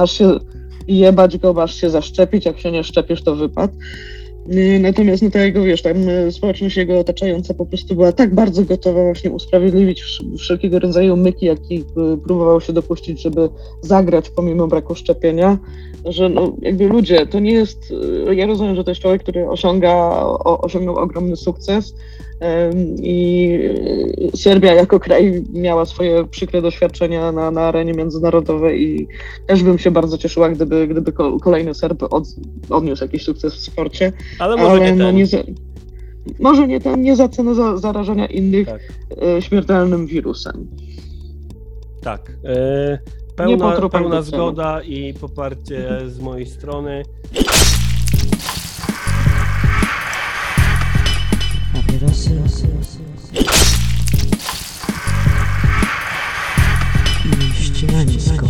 Masz się zaszczepić, jak się nie szczepisz, to wypad. Natomiast społeczność jego otaczająca po prostu była tak bardzo gotowa właśnie usprawiedliwić wszelkiego rodzaju myki, jakich próbował się dopuścić, żeby zagrać pomimo braku szczepienia, że ludzie, to nie jest, ja rozumiem, że to jest człowiek, który osiągnął ogromny sukces i Serbia jako kraj miała swoje przykre doświadczenia na arenie międzynarodowej i też bym się bardzo cieszyła, gdyby kolejny Serb odniósł jakiś sukces w sporcie. Ale może nie za cenę zarażenia innych śmiertelnym wirusem. Tak. Pełna zgoda i poparcie z mojej strony. Papierosy i ścinańsko.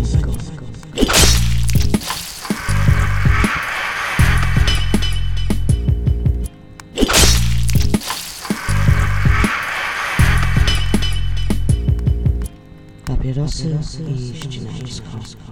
Papierosy i ścinańsko.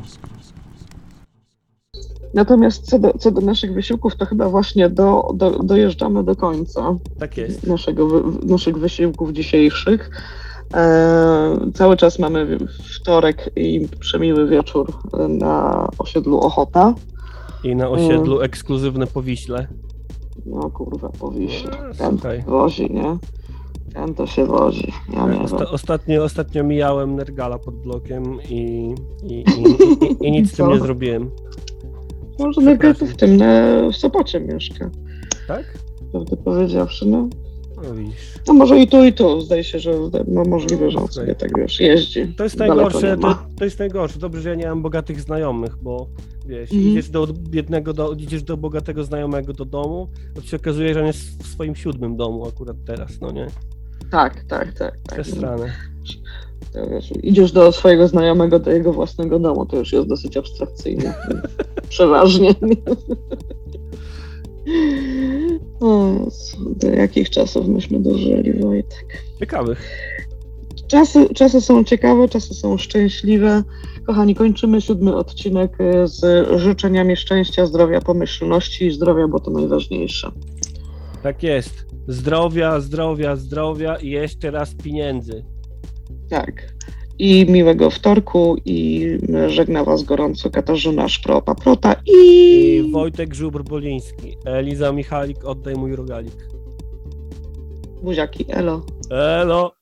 Natomiast co do naszych wysiłków, to chyba właśnie dojeżdżamy do końca. Tak jest. Naszych wysiłków dzisiejszych. Cały czas mamy wtorek i przemiły wieczór na osiedlu Ochota. I na osiedlu ekskluzywne Powiśle. No kurwa, Powiśle. Ten wozi, nie? Ten to się wozi. Ja nie wiem. Ostatnio mijałem Nergala pod blokiem i nic z tym nie zrobiłem. Może Nergal w Sopocie mieszka. Tak? Prawdę powiedziawszy, no. No widzisz. No może i tu, zdaje się, że możliwe, że on sobie tak, jeździ. To jest najgorsze. Dobrze, że ja nie mam bogatych znajomych, bo wiesz, idziesz do bogatego znajomego do domu, to się okazuje, że on jest w swoim 7. domu akurat teraz, no nie? Tak. Przesrane. To wiesz, idziesz do swojego znajomego, do jego własnego domu, to już jest dosyć abstrakcyjne. Przeważnie. O, do jakich czasów myśmy dożyli, Wojtek? Ciekawych. Czasy są ciekawe, czasy są szczęśliwe. Kochani, kończymy 7 odcinek z życzeniami szczęścia, zdrowia, pomyślności i zdrowia, bo to najważniejsze. Tak jest. Zdrowia, zdrowia, zdrowia i jeszcze raz pieniędzy. Tak. I miłego wtorku i żegna Was gorąco Katarzyna Szpropa-Prota I Wojtek Żubr-Boliński. Eliza Michalik, oddaj mój rogalik. buziaki, elo. Elo!